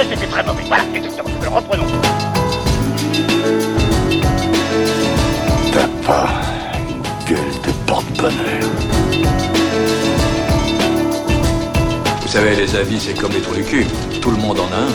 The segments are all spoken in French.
c'était très mauvais. Voilà, exactement. Alors reprenons. T'as pas une gueule de porte-bonheur. Vous savez, les avis, c'est comme les trous du cul. Tout le monde en a un.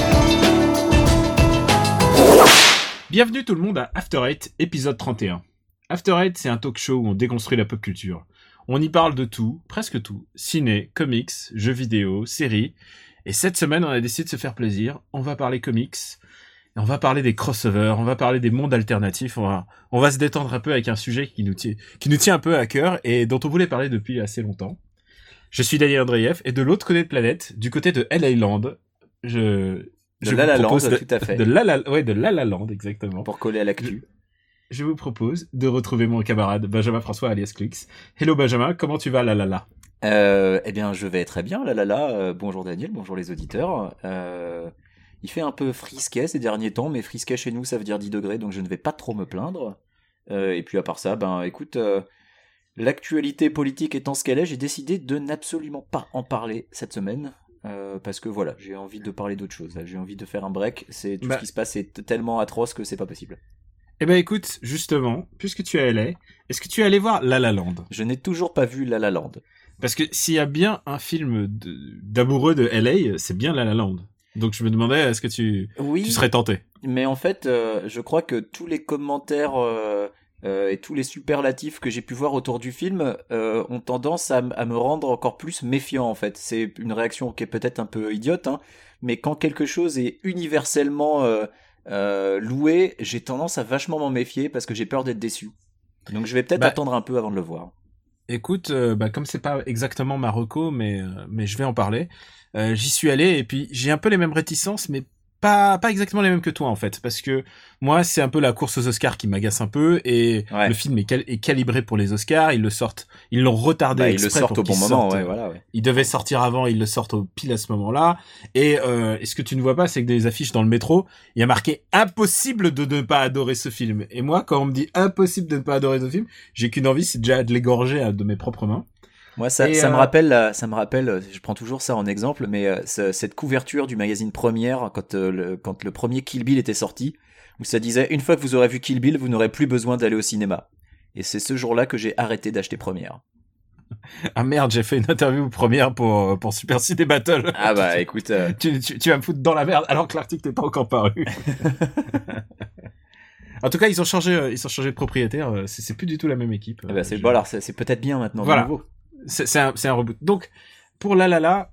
Bienvenue tout le monde à After Eight, épisode 31. After Eight, c'est un talk show où on déconstruit la pop culture. On y parle de tout, presque tout. Ciné, comics, jeux vidéo, séries. Et cette semaine, on a décidé de se faire plaisir. On va parler comics. Et on va parler des crossovers. On va parler des mondes alternatifs. On va se détendre un peu avec un sujet qui nous tient un peu à cœur et dont on voulait parler depuis assez longtemps. Je suis Daniel Andreev et de l'autre côté de planète, du côté de LA Land, de La La Land, tout à fait. De La La Land, exactement. Pour coller à l'actu. Je vous propose de retrouver mon camarade Benjamin François alias Clux. Hello Benjamin, comment tu vas, la. Eh bien, je vais très bien, la. Bonjour Daniel, bonjour les auditeurs. Il fait un peu frisquet ces derniers temps, mais frisquet chez nous, ça veut dire 10 degrés, donc je ne vais pas trop me plaindre. Et puis à part ça, écoute, l'actualité politique étant ce qu'elle est, j'ai décidé de n'absolument pas en parler cette semaine. Parce que voilà, j'ai envie de parler d'autre chose. J'ai envie de faire un break. C'est tout ce qui se passe est tellement atroce que c'est pas possible. Eh ben écoute, justement, puisque tu es à LA, est-ce que tu es allé voir La La Land ? Je n'ai toujours pas vu La La Land. Parce que s'il y a bien un film d'amoureux de LA, c'est bien La La Land. Donc je me demandais, est-ce que tu serais tenté ? Mais en fait, je crois que tous les commentaires et tous les superlatifs que j'ai pu voir autour du film ont tendance à me rendre encore plus méfiant, en fait. C'est une réaction qui est peut-être un peu idiote, hein, mais quand quelque chose est universellement loué, j'ai tendance à vachement m'en méfier parce que j'ai peur d'être déçu. Donc je vais peut-être attendre un peu avant de le voir. Écoute, comme c'est pas exactement ma reco, mais je vais en parler. J'y suis allé et puis j'ai un peu les mêmes réticences, mais pas exactement les mêmes que toi en fait, parce que moi c'est un peu la course aux Oscars qui m'agace un peu et le film est calibré pour les Oscars. Ils l'ont retardé exprès ils le sortent au bon moment, voilà. Ils devaient sortir avant, ils le sortent pile à ce moment-là. Et ce que tu ne vois pas, c'est que des affiches dans le métro, il y a marqué impossible de ne pas adorer ce film. Et moi, quand on me dit impossible de ne pas adorer ce film, j'ai qu'une envie, c'est déjà de l'égorger de mes propres mains. Moi, ça me rappelle, je prends toujours ça en exemple, mais cette couverture du magazine Première, quand le premier Kill Bill était sorti, où ça disait, une fois que vous aurez vu Kill Bill, vous n'aurez plus besoin d'aller au cinéma. Et c'est ce jour-là que j'ai arrêté d'acheter Première. Ah merde, j'ai fait une interview Première pour Super Ciné Battle. Ah écoute... Tu vas me foutre dans la merde alors que l'article n'est pas encore paru. En tout cas, ils ont changé de propriétaire, c'est plus du tout la même équipe. Alors c'est peut-être bien maintenant, voilà. De nouveau. C'est un reboot. Donc, pour La La Land.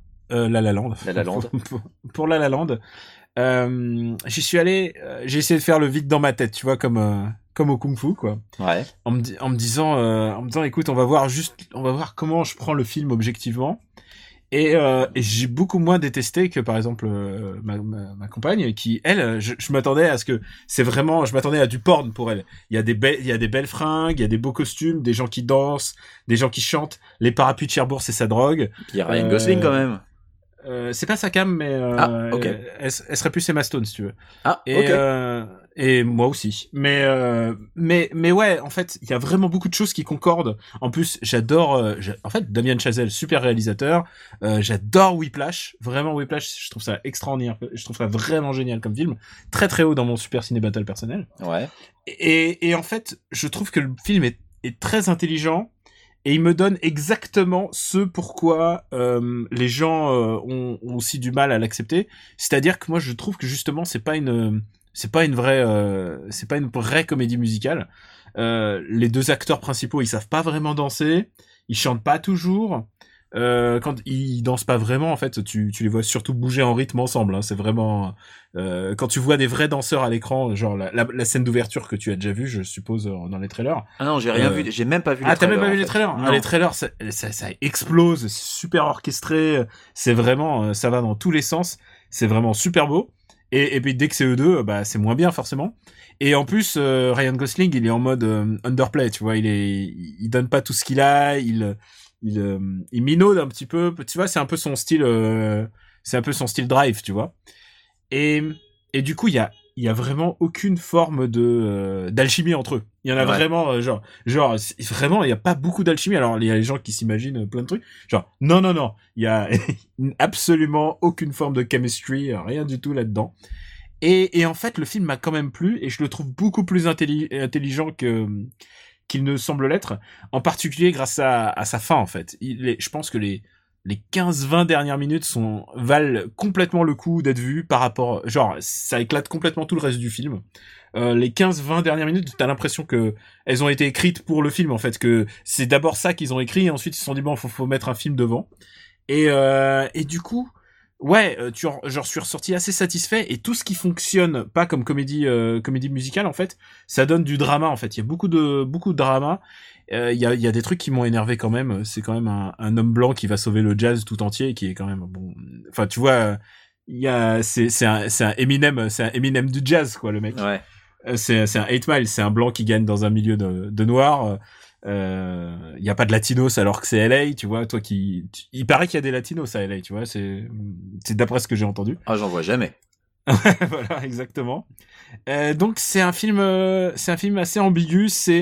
Pour La La Land, j'y suis allé, j'ai essayé de faire le vide dans ma tête, tu vois, comme au Kung Fu, quoi. Ouais. En me disant, écoute, on va voir comment je prends le film objectivement. Et j'ai beaucoup moins détesté que par exemple ma compagne qui elle je m'attendais à ce que je m'attendais à du porn pour elle. Il y a des belles fringues, il y a des beaux costumes, des gens qui dansent, des gens qui chantent, les parapluies de Cherbourg c'est sa drogue. Puis il y a Ryan Gosling quand même. C'est pas sa cam mais elle serait plus Emma Stone si tu veux. Et moi aussi. Mais ouais, en fait, il y a vraiment beaucoup de choses qui concordent. En plus, j'adore en fait Damien Chazelle, super réalisateur. J'adore Whiplash, vraiment Whiplash, je trouve ça extraordinaire. Je trouve ça vraiment génial comme film, très très haut dans mon Super Ciné Battle personnel. Ouais. Et en fait, je trouve que le film est très intelligent. Et il me donne exactement ce pourquoi les gens ont aussi du mal à l'accepter. C'est-à-dire que moi, je trouve que justement, c'est pas une vraie comédie musicale. Les deux acteurs principaux, ils savent pas vraiment danser, ils chantent pas toujours. Quand ils dansent pas vraiment, en fait, tu les vois surtout bouger en rythme ensemble. Hein. C'est vraiment quand tu vois des vrais danseurs à l'écran, genre la scène d'ouverture que tu as déjà vue, je suppose dans les trailers. Ah non, j'ai rien vu, j'ai même pas vu les trailers. Ah, t'as même pas vu les trailers ? Ah, les trailers, ça explose, c'est super orchestré, c'est vraiment, ça va dans tous les sens, c'est vraiment super beau. Et puis dès que c'est eux deux, c'est moins bien forcément. Et en plus, Ryan Gosling, il est en mode underplay, tu vois, il donne pas tout ce qu'il a, il minaude un petit peu, tu vois, c'est un peu son style Drive, tu vois. Et du coup, il y il y a vraiment aucune forme d'alchimie entre eux. Il y en a vraiment genre vraiment il y a pas beaucoup d'alchimie. Alors il y a les gens qui s'imaginent plein de trucs. Genre non, il y a absolument aucune forme de chemistry, rien du tout là-dedans. Et en fait le film m'a quand même plu et je le trouve beaucoup plus intelligent qu'il ne semble l'être, en particulier grâce à sa fin en fait. Je pense que les 15-20 dernières minutes valent complètement le coup d'être vues par rapport, genre, ça éclate complètement tout le reste du film. Les 15-20 dernières minutes, t'as l'impression que elles ont été écrites pour le film, en fait, que c'est d'abord ça qu'ils ont écrit, et ensuite ils se sont dit, bon, faut mettre un film devant. Et du coup, ouais, je suis ressorti assez satisfait, et tout ce qui fonctionne pas comme comédie musicale, en fait, ça donne du drama, en fait. Il y a beaucoup de drama. Il y a des trucs qui m'ont énervé quand même. C'est quand même un homme blanc qui va sauver le jazz tout entier, qui est quand même bon. Enfin, tu vois, c'est un Eminem du jazz, quoi, le mec. Ouais. C'est un 8 Mile, c'est un blanc qui gagne dans un milieu de noirs. Il y a pas de latinos alors que c'est LA, tu vois. Toi il paraît qu'il y a des latinos à LA, tu vois. C'est d'après ce que j'ai entendu. Ah, j'en vois jamais. Voilà, exactement. Donc c'est un film assez ambigu. C'est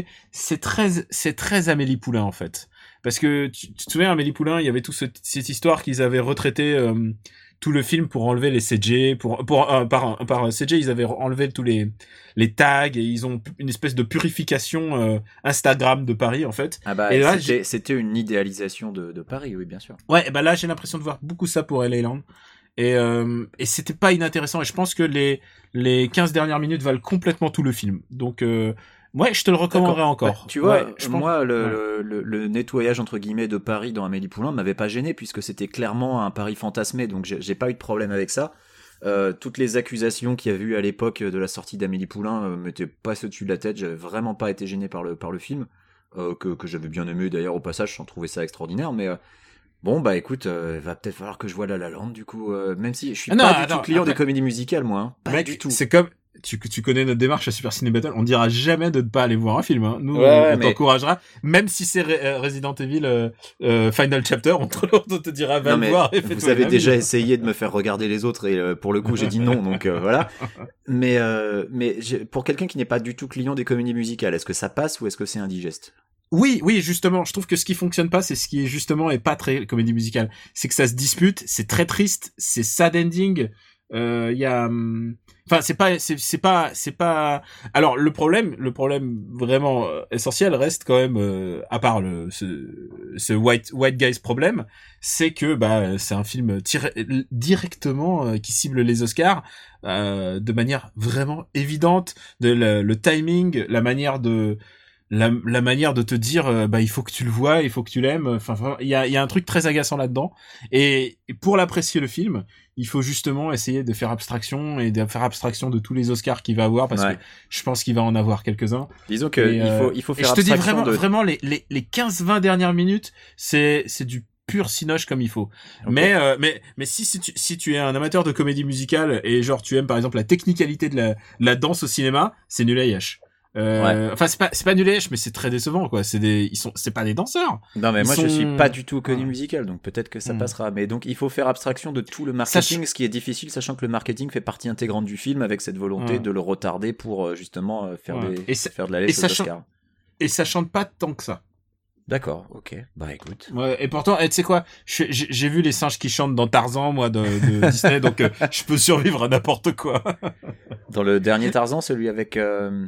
très Amélie Poulain en fait, parce que tu te souviens, Amélie Poulain, il y avait toute cette histoire qu'ils avaient retraité tout le film pour enlever les CG, par CG ils avaient enlevé tous les tags et ils ont une espèce de purification Instagram de Paris en fait. Ah bah, et là, c'était une idéalisation de Paris, oui bien sûr. Ouais, et bah là j'ai l'impression de voir beaucoup ça pour LA Land. Et c'était pas inintéressant, et je pense que les 15 dernières minutes valent complètement tout le film. Donc ouais, je te le recommanderais encore. Bah, tu vois, moi le nettoyage entre guillemets de Paris dans Amélie Poulain m'avait pas gêné, puisque c'était clairement un Paris fantasmé, donc j'ai pas eu de problème avec ça. Toutes les accusations qu'il y a eu à l'époque de la sortie d'Amélie Poulain m'étaient pas au-dessus de la tête. J'avais vraiment pas été gêné par le film, que j'avais bien aimé d'ailleurs au passage, sans trouver ça extraordinaire, mais bon bah écoute, va peut-être falloir que je voie La La Land du coup, même si je suis pas du tout client des comédies musicales moi, hein. Pas du tout. C'est comme tu connais notre démarche à Super Ciné Battle, on dira jamais de ne pas aller voir un film, hein. Nous on t'encouragera, même si c'est Resident Evil Final Chapter, on te dira va le voir. Vous avez déjà essayé de me faire regarder les autres et pour le coup j'ai dit non, donc voilà. Mais pour quelqu'un qui n'est pas du tout client des comédies musicales, est-ce que ça passe ou est-ce que c'est indigeste? Oui, justement, je trouve que ce qui fonctionne pas, c'est ce qui est justement est pas très comédie musicale. C'est que ça se dispute, c'est très triste, c'est sad ending. Il y a, enfin, c'est pas. Alors le problème vraiment essentiel reste quand même, à part ce white guys problème, c'est que c'est un film directement qui cible les Oscars de manière vraiment évidente, le timing, la manière de te dire il faut que tu le vois, il faut que tu l'aimes, enfin il y a un truc très agaçant là-dedans, et pour l'apprécier le film, il faut justement essayer de faire abstraction de tous les Oscars qu'il va avoir, parce que je pense qu'il va en avoir quelques-uns. Disons que il faut faire abstraction. Je te dis vraiment les 15-20 dernières minutes, c'est du pur cinoche comme il faut. Okay. Mais si tu es un amateur de comédie musicale et genre tu aimes par exemple la technicalité de la danse au cinéma, c'est nul à Yesh. Enfin c'est pas nul à Yesh, mais c'est très décevant quoi. C'est pas des danseurs. Non mais moi je suis pas du tout connu musical, donc peut-être que ça passera. Mais donc il faut faire abstraction de tout le marketing, ce qui est difficile, sachant que le marketing fait partie intégrante du film, avec cette volonté de le retarder pour justement faire de la lèche aux Oscars. Et ça chante pas tant que ça. D'accord, ok. Bah écoute. Ouais, et pourtant, tu sais quoi, j'ai vu les singes qui chantent dans Tarzan, moi, de Disney, donc je peux survivre à n'importe quoi. Dans le dernier Tarzan, celui avec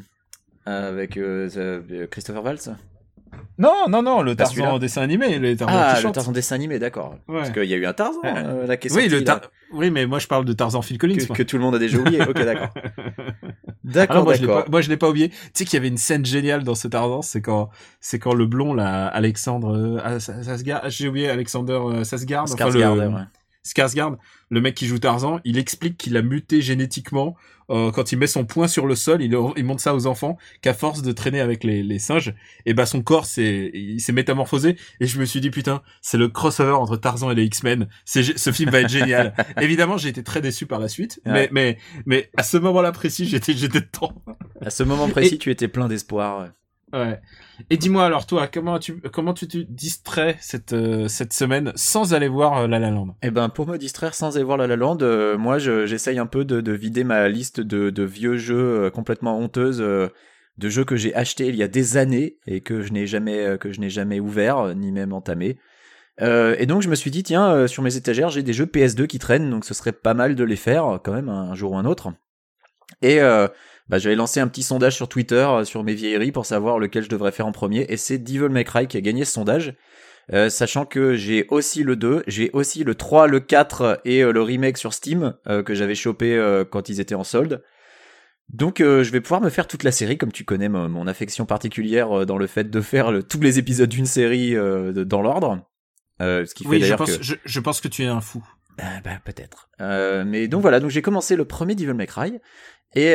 Christopher Waltz. Non, le Tarzan dessin animé, le Tarzan dessin animé, d'accord. Ouais. Parce qu'il y a eu un Tarzan là qui est sorti. Oui, mais moi je parle de Tarzan Phil Collins. Que tout le monde a déjà oublié. Ok, d'accord. D'accord. Moi je l'ai pas oublié. Tu sais qu'il y avait une scène géniale dans ce Tarzan, c'est quand le blond là, Alexandre Skarsgård, j'ai oublié Alexander Skarsgård. Skarsgård, le mec qui joue Tarzan, il explique qu'il a muté génétiquement quand il met son poing sur le sol, il montre ça aux enfants, qu'à force de traîner avec les singes, et son corps il s'est métamorphosé, et je me suis dit putain, c'est le crossover entre Tarzan et les X-Men, ce film va être génial. Évidemment, j'ai été très déçu par la suite, mais à ce moment-là précis, j'étais dedans. À ce moment précis, tu étais plein d'espoir. Ouais. Et dis-moi alors toi, comment tu te distrais cette semaine sans aller voir La La Land? Eh ben pour me distraire sans aller voir La La Land, moi j'essaye un peu de vider ma liste de vieux jeux complètement honteuses, de jeux que j'ai achetés il y a des années et que je n'ai jamais ouvert ni même entamé. Et donc je me suis dit tiens, sur mes étagères j'ai des jeux PS2 qui traînent, donc ce serait pas mal de les faire quand même un jour ou un autre. Et j'avais lancé un petit sondage sur Twitter sur mes vieilleries pour savoir lequel je devrais faire en premier, et c'est Devil May Cry qui a gagné ce sondage, sachant que j'ai aussi le 2, j'ai aussi le 3, le 4 et le remake sur Steam que j'avais chopé quand ils étaient en solde. Donc je vais pouvoir me faire toute la série, comme tu connais mon affection particulière dans le fait de faire tous les épisodes d'une série dans l'ordre. Ce qui fait je pense que tu es un fou. Peut-être. Mais donc voilà, donc j'ai commencé le premier Devil May Cry. Et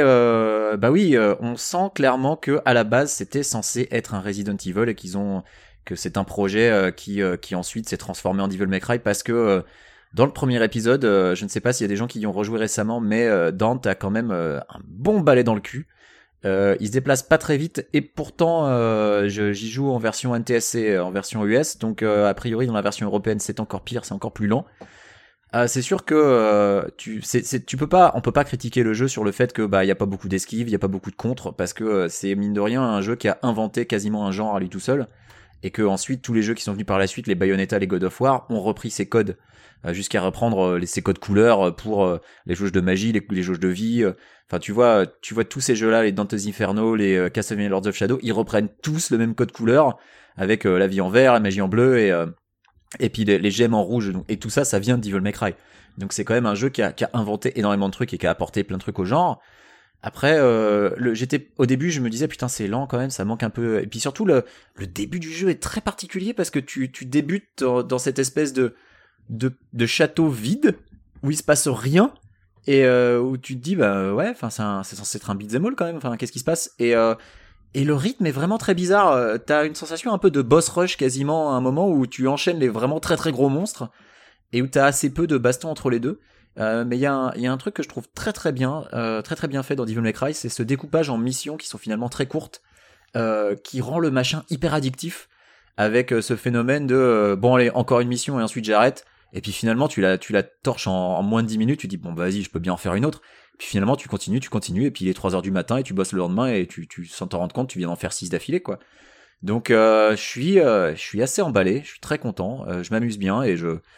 on sent clairement que à la base c'était censé être un Resident Evil et que c'est un projet qui ensuite s'est transformé en Devil May Cry, parce que dans le premier épisode, je ne sais pas s'il y a des gens qui y ont rejoué récemment, mais Dante a quand même un bon balai dans le cul. Il se déplace pas très vite, et pourtant j'y joue en version NTSC, en version US, donc a priori dans la version européenne c'est encore pire, c'est encore plus lent. C'est sûr que on peut pas critiquer le jeu sur le fait que y a pas beaucoup d'esquives, il y a pas beaucoup de contres, parce que c'est mine de rien un jeu qui a inventé quasiment un genre à lui tout seul, et que ensuite tous les jeux qui sont venus par la suite, les Bayonetta, les God of War, ont repris ces codes jusqu'à reprendre ces codes couleurs pour les jauges de magie, les jauges de vie. Enfin tu vois tous ces jeux-là, les Dante's Inferno, les Castlevania Lords of Shadow, ils reprennent tous le même code couleur avec la vie en vert, la magie en bleu et puis les gemmes en rouge, et tout ça vient de Devil May Cry. Donc c'est quand même un jeu qui a inventé énormément de trucs et qui a apporté plein de trucs au genre. Après, au début, je me disais putain c'est lent quand même, ça manque un peu. Et puis surtout le début du jeu est très particulier, parce que tu débutes dans cette espèce de château vide où il se passe rien, et où tu te dis c'est censé être un beat'em all quand même. Enfin qu'est-ce qui se passe? Et le rythme est vraiment très bizarre. T'as une sensation un peu de boss rush quasiment à un moment où tu enchaînes les vraiment très très gros monstres et où t'as assez peu de baston entre les deux. Mais il y a un truc que je trouve très très bien fait dans Devil May Cry, c'est ce découpage en missions qui sont finalement très courtes, qui rend le machin hyper addictif, avec ce phénomène de bon allez encore une mission et ensuite j'arrête. Et puis finalement tu la torches en moins de 10 minutes, tu dis bon vas-y je peux bien en faire une autre. Puis finalement tu continues, et puis il est 3h du matin et tu bosses le lendemain, et tu sans t'en rendre compte, tu viens d'en faire 6 d'affilée quoi. Donc je suis assez emballé, je suis très content, je m'amuse bien, et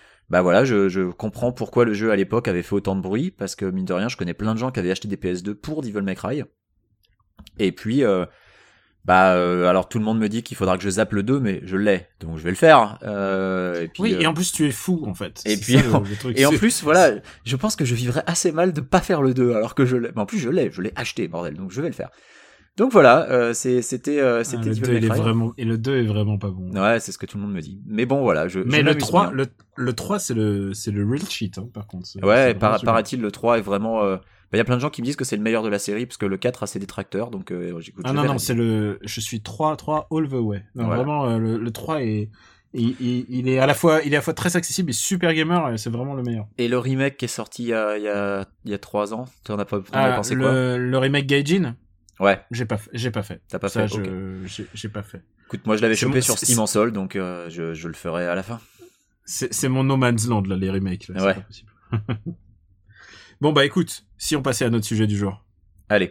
je comprends pourquoi le jeu à l'époque avait fait autant de bruit, parce que mine de rien je connais plein de gens qui avaient acheté des PS2 pour Devil May Cry. Et puis alors tout le monde me dit qu'il faudra que je zappe le 2, mais je l'ai, donc je vais le faire. Et puis, et en plus tu es fou en fait. Et puis en plus voilà, je pense que je vivrais assez mal de pas faire le 2 alors que je l'ai. Mais en plus je l'ai acheté bordel, donc je vais le faire. Donc voilà, c'était Devil May Cry. Et le 2 est vraiment pas bon. Ouais, c'est ce que tout le monde me dit. Mais bon voilà, mais le 3 le 3 c'est le real shit par contre. Ouais, paraît-il le 3 est vraiment y a plein de gens qui me disent que c'est le meilleur de la série, parce que le 4 a ses détracteurs, donc j'écoute. Ah non, je suis 3 all the way. Non, voilà. Vraiment, le 3 est, il est à la fois très accessible et super gamer, et c'est vraiment le meilleur. Et le remake qui est sorti il y a 3 ans, tu en as pensé quoi? Le remake Gaijin? Ouais. J'ai pas fait. T'as pas ça, fait? Okay. J'ai pas fait. Écoute, moi je l'avais chopé sur Steam en solde, donc je le ferai à la fin. C'est mon No Man's Land, là, les remakes, là. Ouais. C'est pas possible. Bon écoute, si on passait à notre sujet du jour. Allez.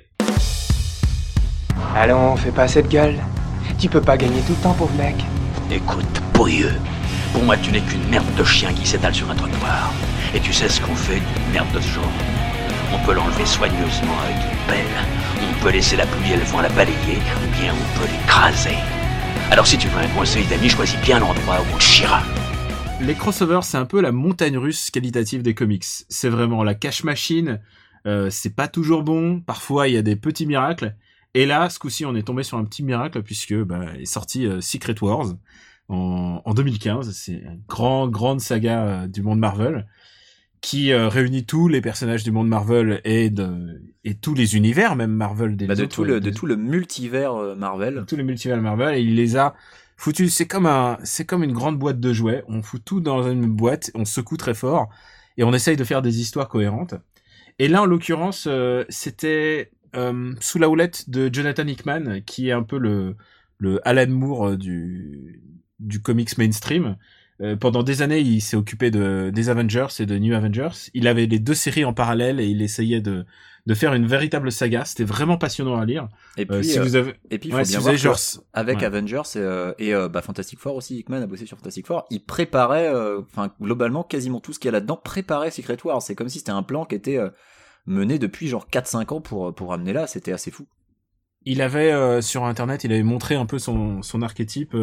Allons, fais pas cette gueule. Tu peux pas gagner tout le temps, pauvre mec. Écoute, pourrieux, pour moi tu n'es qu'une merde de chien qui s'étale sur un trottoir. Et tu sais ce qu'on fait d'une merde de ce genre? On peut l'enlever soigneusement avec une pelle, on peut laisser la pluie et le vent la balayer, ou bien on peut l'écraser. Alors si tu veux un conseil d'ami, choisis bien l'endroit où on chira. Les crossovers, c'est un peu la montagne russe qualitative des comics. C'est vraiment la cash machine. C'est pas toujours bon. Parfois, il y a des petits miracles. Et là, ce coup-ci, on est tombé sur un petit miracle, puisque est sorti Secret Wars en 2015. C'est une grande saga du monde Marvel qui réunit tous les personnages du monde Marvel et tous les univers, même Marvel de tout le multivers Marvel. Tous les multivers Marvel, et il les a foutu, c'est comme une grande boîte de jouets. On fout tout dans une boîte, on secoue très fort et on essaye de faire des histoires cohérentes. Et là, en l'occurrence, c'était sous la houlette de Jonathan Hickman, qui est un peu Alan Moore du comics mainstream. Pendant des années, il s'est occupé des Avengers et de New Avengers. Il avait les 2 séries en parallèle et il essayait de faire une véritable saga. C'était vraiment passionnant à lire. Et puis, si vous avez, il faut bien voir avec Avengers et Fantastic Four aussi, Hickman a bossé sur Fantastic Four. Il préparait, globalement, quasiment tout ce qu'il y a là-dedans préparait Secret Wars. C'est comme si c'était un plan qui était mené depuis genre 4-5 ans pour amener là. C'était assez fou. Il avait sur internet, il avait montré un peu son archétype,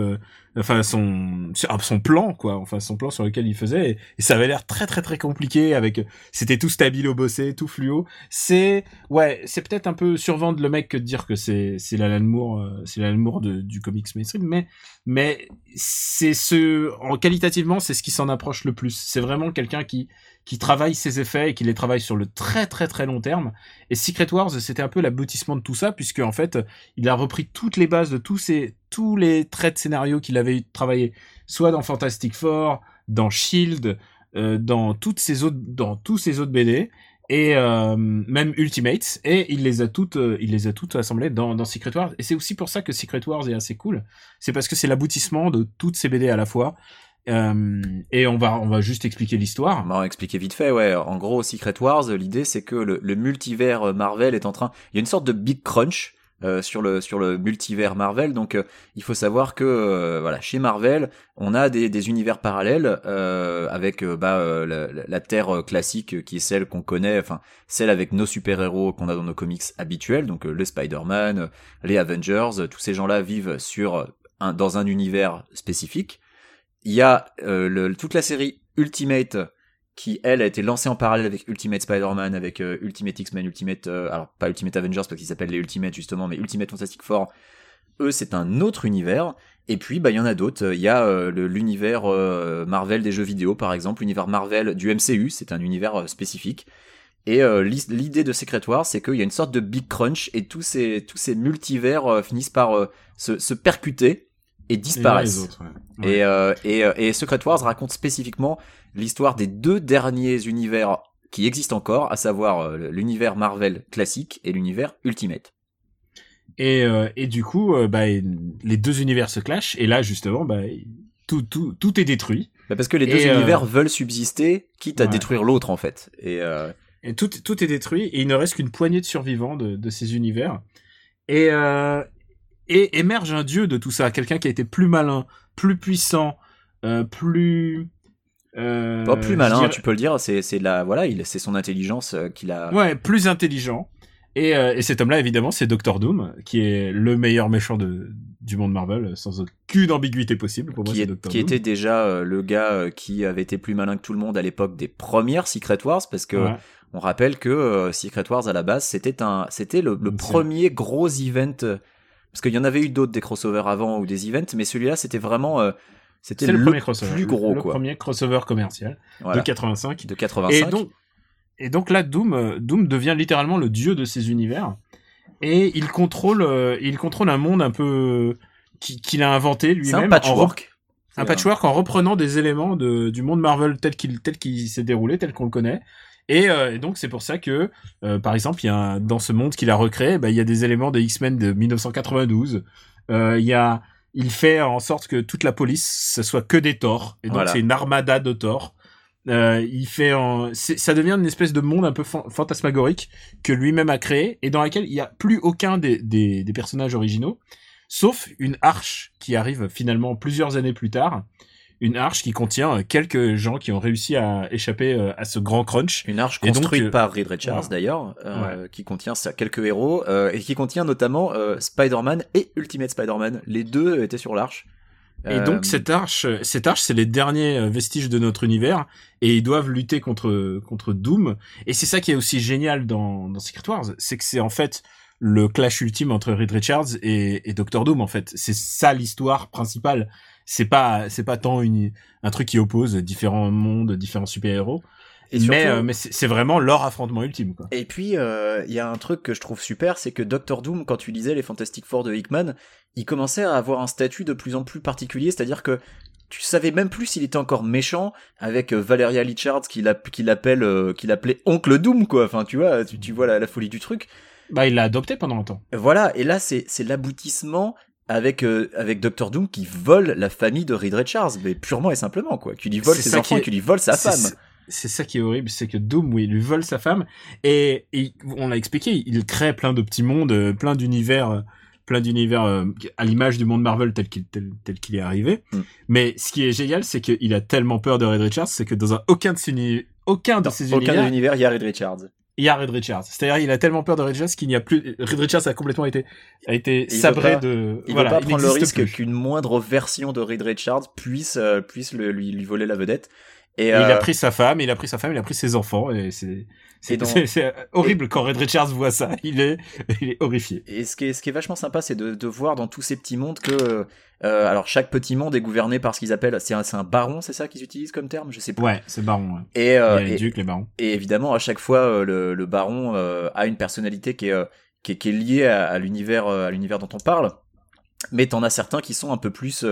son plan quoi, enfin son plan sur lequel il faisait, et ça avait l'air très très très compliqué c'était tout stabilo bossé, tout fluo. C'est peut-être un peu survendre le mec que de dire que c'est l'Alan Moore du comics mainstream, mais c'est qualitativement c'est ce qui s'en approche le plus. C'est vraiment quelqu'un qui travaille ses effets et qui les travaille sur le très très très long terme. Et Secret Wars, c'était un peu l'aboutissement de tout ça, puisque en fait, il a repris toutes les bases de tous les traits de scénario qu'il avait travaillé, soit dans Fantastic Four, dans Shield, dans tous ces autres BD, et même Ultimates, et il les a toutes assemblées dans Secret Wars. Et c'est aussi pour ça que Secret Wars est assez cool. C'est parce que c'est l'aboutissement de toutes ces BD à la fois. Et on va juste expliquer l'histoire. On va expliquer vite fait, ouais. En gros, Secret Wars, l'idée c'est que le multivers Marvel est en train, il y a une sorte de big crunch sur le multivers Marvel. Donc il faut savoir que chez Marvel, on a des univers parallèles avec la Terre classique qui est celle qu'on connaît, enfin celle avec nos super-héros qu'on a dans nos comics habituels, donc le Spider-Man, les Avengers, tous ces gens-là vivent dans un univers spécifique. Il y a toute la série Ultimate qui, elle, a été lancée en parallèle avec Ultimate Spider-Man, avec Ultimate X-Men, alors pas Ultimate Avengers parce qu'ils s'appellent les Ultimate justement, mais Ultimate Fantastic Four. Eux, c'est un autre univers. Et puis, il y en a d'autres. Il y a l'univers Marvel des jeux vidéo, par exemple, l'univers Marvel du MCU, c'est un univers spécifique. Et l'idée de Secret Wars, c'est qu'il y a une sorte de big crunch et tous ces multivers finissent par se percuter et disparaissent. Et, les autres, ouais. Et Secret Wars raconte spécifiquement l'histoire des 2 derniers univers qui existent encore, à savoir l'univers Marvel classique et l'univers Ultimate. Et du coup, les 2 univers se clashent, et là justement, tout est détruit. Parce que les 2 univers veulent subsister, quitte à détruire l'autre en fait. Et tout est détruit, et il ne reste qu'une poignée de survivants de ces univers. Et émerge un dieu de tout ça, quelqu'un qui a été plus malin, plus puissant, plus... Pas plus malin, tu peux le dire, c'est son intelligence qu'il a... Ouais, plus intelligent. Et cet homme-là, évidemment, c'est Doctor Doom, qui est le meilleur méchant du monde Marvel, sans aucune ambiguïté possible. Pour moi, c'est Doctor Doom. Qui était déjà le gars qui avait été plus malin que tout le monde à l'époque des premières Secret Wars, parce que on rappelle que Secret Wars, à la base, c'était le premier gros event... Parce qu'il y en avait eu d'autres, des crossovers avant ou des events, mais celui-là, c'était vraiment... c'était le premier crossover, plus gros, le premier crossover commercial de 85. De 85. Et donc là, Doom devient littéralement le dieu de ces univers. Et il contrôle un monde un peu qu'il a inventé lui-même. C'est un patchwork. Un patchwork en reprenant des éléments du monde Marvel tel qu'il s'est déroulé, tel qu'on le connaît. Et donc c'est pour ça que, par exemple, dans ce monde qu'il a recréé, il y a des éléments de X-Men de 1992. Il fait en sorte que toute la police, ce soit que des Thor. Et donc c'est une armada de Thor. Ça devient une espèce de monde un peu fantasmagorique que lui-même a créé et dans laquelle il n'y a plus aucun des personnages originaux, sauf une arche qui arrive finalement plusieurs années plus tard. Une arche qui contient quelques gens qui ont réussi à échapper à ce grand crunch. Une arche construite par Reed Richards d'ailleurs, qui contient quelques héros et qui contient notamment Spider-Man et Ultimate Spider-Man. Les 2 étaient sur l'arche. Et donc cette arche, c'est les derniers vestiges de notre univers et ils doivent lutter contre Doom. Et c'est ça qui est aussi génial dans Secret Wars, c'est que c'est en fait le clash ultime entre Reed Richards et Doctor Doom en fait. C'est ça l'histoire principale. C'est pas tant un truc qui oppose différents mondes, différents super-héros. Mais c'est vraiment leur affrontement ultime, quoi. Et puis, il y a un truc que je trouve super, c'est que Doctor Doom, quand tu lisais les Fantastic Four de Hickman, il commençait à avoir un statut de plus en plus particulier, c'est-à-dire que tu savais même plus s'il était encore méchant, avec Valeria Richards qui l'appelait Oncle Doom, quoi. Enfin, tu vois la folie du truc. Il l'a adopté pendant un temps. Voilà, et là, c'est l'aboutissement avec Dr Doom qui vole la famille de Reed Richards, mais purement et simplement, quoi. Qui lui vole ses enfants et qui lui vole sa femme. C'est ça qui est horrible, c'est que Doom, oui, lui vole sa femme, et on l'a expliqué, il crée plein de petits mondes, plein d'univers à l'image du monde Marvel tel qu'il est arrivé. Mais ce qui est génial, c'est qu'il a tellement peur de Reed Richards, c'est que dans aucun de ses univers, il y a Reed Richards. Il y a Reed Richards. C'est-à-dire, il a tellement peur de Reed Richards qu'il n'y a plus. Reed Richards a complètement été sabré de. Il ne veut pas prendre le risque qu'une moindre version de Reed Richards puisse lui voler la vedette. Et il a pris sa femme, il a pris ses enfants, et c'est horrible quand Reed Richards voit ça. Il est horrifié. Et ce qui est vachement sympa, c'est de voir dans tous ces petits mondes que, alors chaque petit monde est gouverné par ce qu'ils appellent, c'est un baron, c'est ça qu'ils utilisent comme terme, je sais pas. Ouais, c'est baron. Ouais. Et les ducs, les barons. Et évidemment, à chaque fois, le baron a une personnalité qui est liée à l'univers dont on parle. Mais t'en as certains qui sont un peu plus,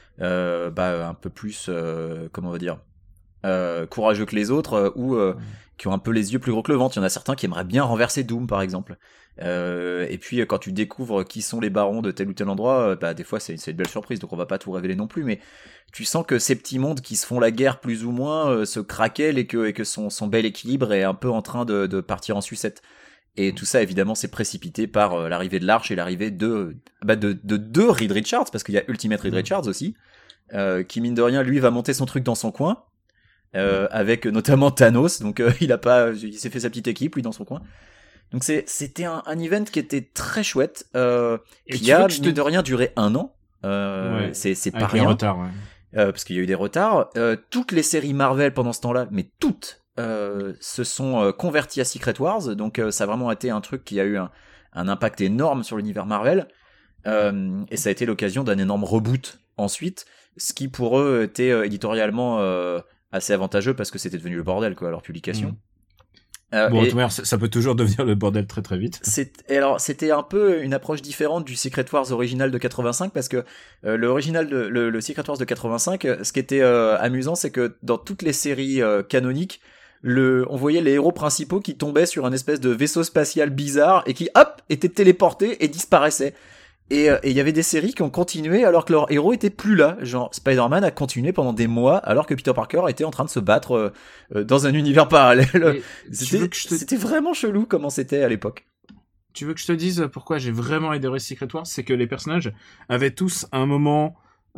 comment on va dire, courageux que les autres, ou qui ont un peu les yeux plus gros que le ventre. Il y en a certains qui aimeraient bien renverser Doom, par exemple. Et puis quand tu découvres qui sont les barons de tel ou tel endroit, des fois c'est une belle surprise, donc on va pas tout révéler non plus, mais tu sens que ces petits mondes qui se font la guerre plus ou moins se craquellent, et que son bel équilibre est un peu en train de partir en sucette. Et tout ça, évidemment, c'est précipité par l'arrivée de l'Arche et l'arrivée de deux Reed Richards, parce qu'il y a Ultimate Reed Richards aussi, qui mine de rien, lui, va monter son truc dans son coin, avec notamment Thanos, donc il s'est fait sa petite équipe, lui, dans son coin. Donc c'était un event qui était très chouette, qui a, mine de rien, duré 1 an. Ouais, c'est pas avec rien. les retards, ouais. Parce qu'il y a eu des retards. Toutes les séries Marvel pendant ce temps-là, mais toutes, se sont converties à Secret Wars, donc ça a vraiment été un truc qui a eu un impact énorme sur l'univers Marvel, et ça a été l'occasion d'un énorme reboot ensuite, ce qui pour eux était éditorialement assez avantageux, parce que c'était devenu le bordel, quoi, leur publication. Ça peut toujours devenir le bordel très très vite. C'était un peu une approche différente du Secret Wars original de 85, parce que le Secret Wars de 85, ce qui était amusant, c'est que dans toutes les séries canoniques, on voyait les héros principaux qui tombaient sur un espèce de vaisseau spatial bizarre et qui, hop, étaient téléportés et disparaissaient. Et il y avait des séries qui ont continué alors que leur héros était plus là. Genre, Spider-Man a continué pendant des mois alors que Peter Parker était en train de se battre dans un univers parallèle. C'était vraiment chelou comment c'était à l'époque. Tu veux que je te dise pourquoi j'ai vraiment adoré Secret Wars? C'est que les personnages avaient tous un moment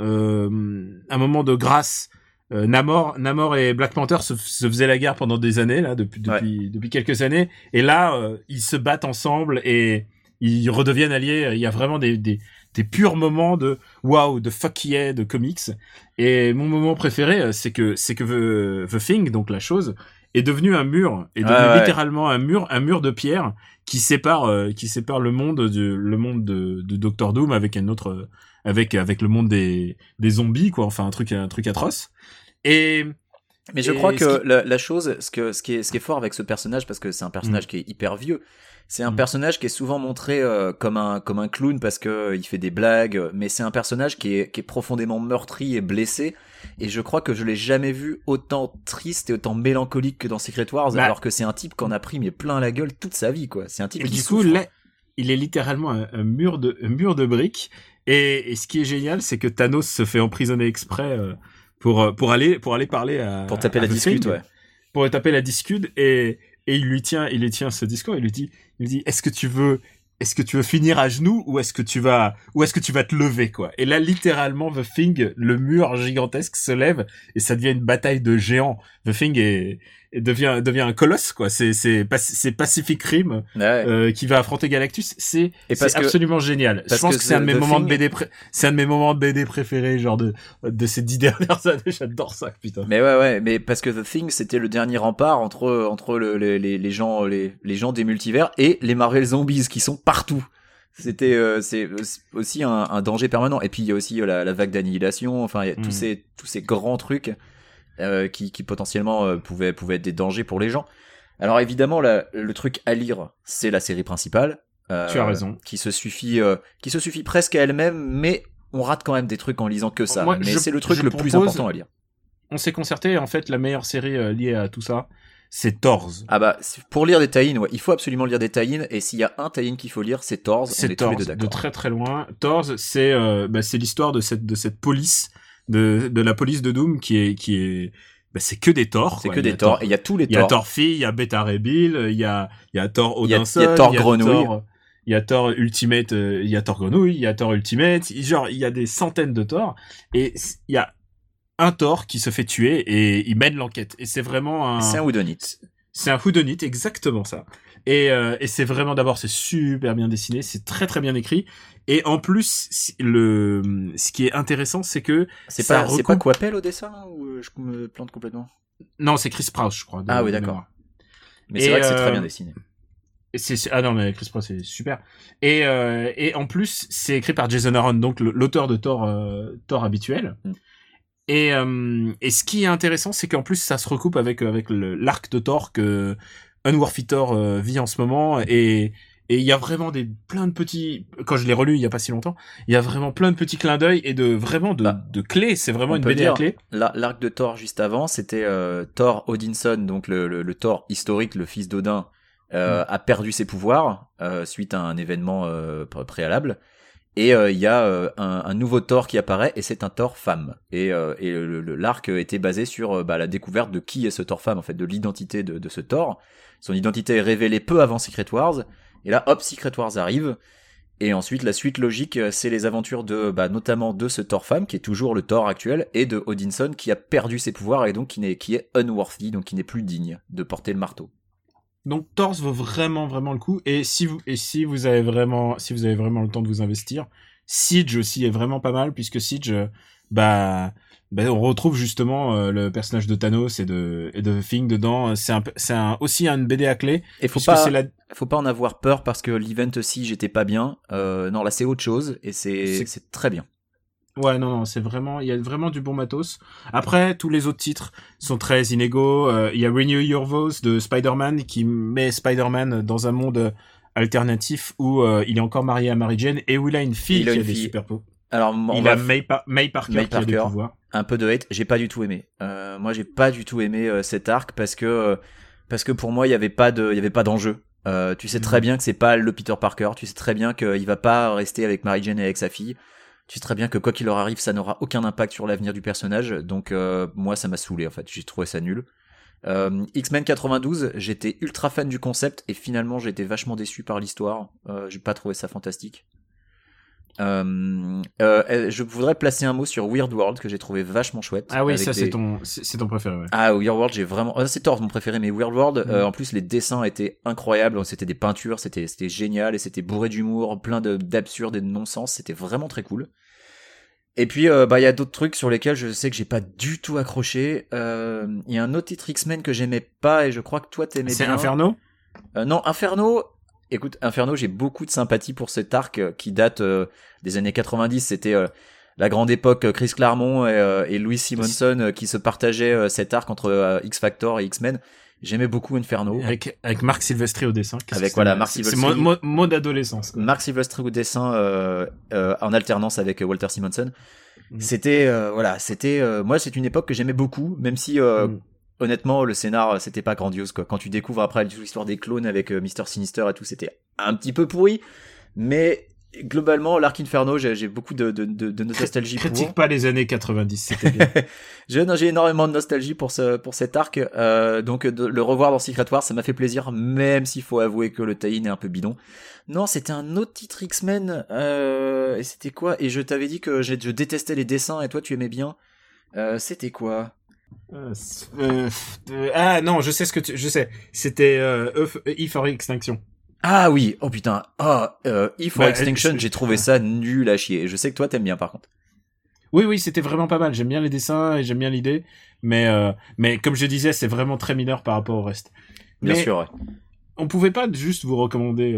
de grâce. Namor et Black Panther se faisaient la guerre pendant des années, là, depuis quelques années. Et là, ils se battent ensemble et ils redeviennent alliés. Il y a vraiment des purs moments de wow, de fuck yeah, de comics. Et mon moment préféré, c'est que The Thing, donc la chose, est devenu un mur, littéralement un mur de pierre qui sépare le monde de Dr Doom avec un autre, avec le monde des zombies, quoi. Enfin, un truc atroce. Mais je crois que la chose, ce qui est fort avec ce personnage, parce que c'est un personnage qui est hyper vieux, c'est un personnage qui est souvent montré comme un clown parce que il fait des blagues, mais c'est un personnage qui est profondément meurtri et blessé. Et je crois que je l'ai jamais vu autant triste et autant mélancolique que dans Secret Wars, alors que c'est un type qu'on a pris mais plein la gueule toute sa vie, quoi. C'est un type qui souffre. Du coup, là, il est littéralement un mur de briques. Et ce qui est génial, c'est que Thanos se fait emprisonner exprès pour aller parler à pour taper la discute, ouais. Pour taper la discute, et il lui tient ce discours. Il lui dit est-ce que tu veux finir à genoux ou est-ce que tu vas te lever, quoi. Et là, littéralement, The Thing, le mur gigantesque se lève et ça devient une bataille de géants. The Thing devient un colosse, quoi. C'est Pacific Rim qui va affronter Galactus. C'est absolument génial. Je pense que c'est un de mes moments de BD préférés, genre de ces 10 dernières années. J'adore ça, putain. Mais ouais, mais parce que The Thing, c'était le dernier rempart entre les gens des multivers et les Marvel Zombies qui sont partout. C'est aussi un danger permanent. Et puis il y a aussi la vague d'annihilation. Enfin, il y a tous ces grands trucs qui potentiellement pouvaient être des dangers pour les gens. Alors évidemment, le truc à lire, c'est la série principale. Tu as raison. Qui se suffit presque à elle-même, mais on rate quand même des trucs en lisant que ça. C'est le truc le plus important à lire. On s'est concerté, en fait, la meilleure série liée à tout ça, c'est Thors. Ah bah, pour lire des tie-in, ouais, il faut absolument lire des tie-in, et s'il y a un tie-in qu'il faut lire, c'est Thors. C'est Thors, de très très loin. Thors, c'est l'histoire de cette police, de la police de Doom qui est c'est que des Thors. C'est que des Thors, et il y a tous les Thors. Il y a Thor Fille, il y a Beta Ray Bill, il y a Thor Odinson, il y a Thor Grenouille. Il y a Thor Ultimate, il y a Thor Grenouille, il y a Thor Ultimate, genre il y a des centaines de Thors, et il y a un Thor qui se fait tuer et il mène l'enquête. Et c'est vraiment c'est un whodunit. C'est un whodunit, exactement ça. Et c'est vraiment, d'abord, c'est super bien dessiné, c'est très très bien écrit. Et en plus, ce qui est intéressant, c'est que c'est pas Coppel au dessin, ou je me plante complètement? Non, c'est Chris Sprouse, je crois. Ah oui, d'accord. Mais c'est vrai que c'est très bien dessiné. Ah non, mais Chris Sprouse, c'est super. Et en plus, c'est écrit par Jason Aaron, donc l'auteur de Thor habituel. Et ce qui est intéressant, c'est qu'en plus, ça se recoupe avec l'arc de Thor que Unworthy Thor vit en ce moment. Et il y a vraiment plein de petits, quand je l'ai relu il y a pas si longtemps, il y a vraiment plein de petits clins d'œil et de clés. C'est vraiment une BD à clés. L'arc de Thor juste avant, c'était Thor Odinson, donc le Thor historique, le fils d'Odin, a perdu ses pouvoirs suite à un événement préalable. Et il y a un nouveau Thor qui apparaît, et c'est un Thor femme. Et l'arc était basé sur la découverte de qui est ce Thor femme, en fait, de l'identité de ce Thor. Son identité est révélée peu avant Secret Wars. Et là, hop, Secret Wars arrive. Et ensuite, la suite logique, c'est les aventures notamment de ce Thor femme, qui est toujours le Thor actuel, et de Odinson, qui a perdu ses pouvoirs, et donc qui est unworthy, donc qui n'est plus digne de porter le marteau. Donc Thors vaut vraiment vraiment le coup, et si vous avez vraiment le temps de vous investir, Siege aussi est vraiment pas mal, puisque Siege on retrouve justement le personnage de Thanos et de The Thing dedans. C'est aussi une BD à clé. Et faut pas en avoir peur, parce que l'event Siege était pas bien. Non, là c'est autre chose, et c'est très bien. Ouais, non, c'est vraiment, il y a vraiment du bon matos. Après, tous les autres titres sont très inégaux. Il y a Renew Your Vows de Spider-Man qui met Spider-Man dans un monde alternatif où il est encore marié à Mary Jane et où il a une fille qui a des super pouvoirs. Alors, May Parker qui a des pouvoirs. Un peu de hate, j'ai pas du tout aimé. Moi, j'ai pas du tout aimé cet arc parce que pour moi, il y avait pas d'enjeu. Tu sais très bien que c'est pas le Peter Parker. Tu sais très bien qu'il va pas rester avec Mary Jane et avec sa fille. Tu sais très bien que quoi qu'il leur arrive, ça n'aura aucun impact sur l'avenir du personnage. Donc moi, ça m'a saoulé, en fait. J'ai trouvé ça nul. X-Men 92, j'étais ultra fan du concept, et finalement, j'ai été vachement déçu par l'histoire. J'ai pas trouvé ça fantastique. Je voudrais placer un mot sur Weird World, que j'ai trouvé vachement chouette. Ah oui, ça c'est ton préféré, ouais. Ah, Weird World, j'ai vraiment... c'est Thor mon préféré, mais Weird World, en plus les dessins étaient incroyables, c'était des peintures, c'était génial, et c'était bourré d'humour, plein d'absurdes et de non-sens, c'était vraiment très cool. Et puis il y a d'autres trucs sur lesquels je sais que j'ai pas du tout accroché. Il y a un autre titre X-Men que j'aimais pas, et je crois que toi t'aimais bien. C'est Inferno? Non, Inferno... Écoute, Inferno, j'ai beaucoup de sympathie pour cet arc qui date des années 90. C'était la grande époque Chris Claremont et Louis Simonson qui se partageaient cet arc entre X-Factor et X-Men. J'aimais beaucoup Inferno. Avec Marc Silvestri au dessin. Marc Silvestri. C'est mode adolescence. Marc Silvestri au dessin en alternance avec Walter Simonson. C'était moi, c'est une époque que j'aimais beaucoup, même si honnêtement, le scénar, c'était pas grandiose, quoi. Quand tu découvres après l'histoire des clones avec Mr. Sinister et tout, c'était un petit peu pourri. Mais globalement, l'arc Inferno, j'ai beaucoup de nostalgie pour. Critique pas les années 90, c'était bien. J'ai énormément de nostalgie pour cet arc. Donc, de le revoir dans Secret Wars, ça m'a fait plaisir, même s'il faut avouer que le tie-in est un peu bidon. Non, c'était un autre titre X-Men. Et c'était quoi? Et je t'avais dit que je détestais les dessins, et toi, tu aimais bien. C'était quoi? Ah non, je sais. C'était E for Extinction. Ah oui, oh putain. E for Extinction, j'ai trouvé ça nul à chier. Je sais que toi t'aimes bien, par contre. Oui, c'était vraiment pas mal. J'aime bien les dessins et j'aime bien l'idée, mais comme je disais, c'est vraiment très mineur par rapport au reste. Bien sûr. Ouais. On pouvait pas juste vous recommander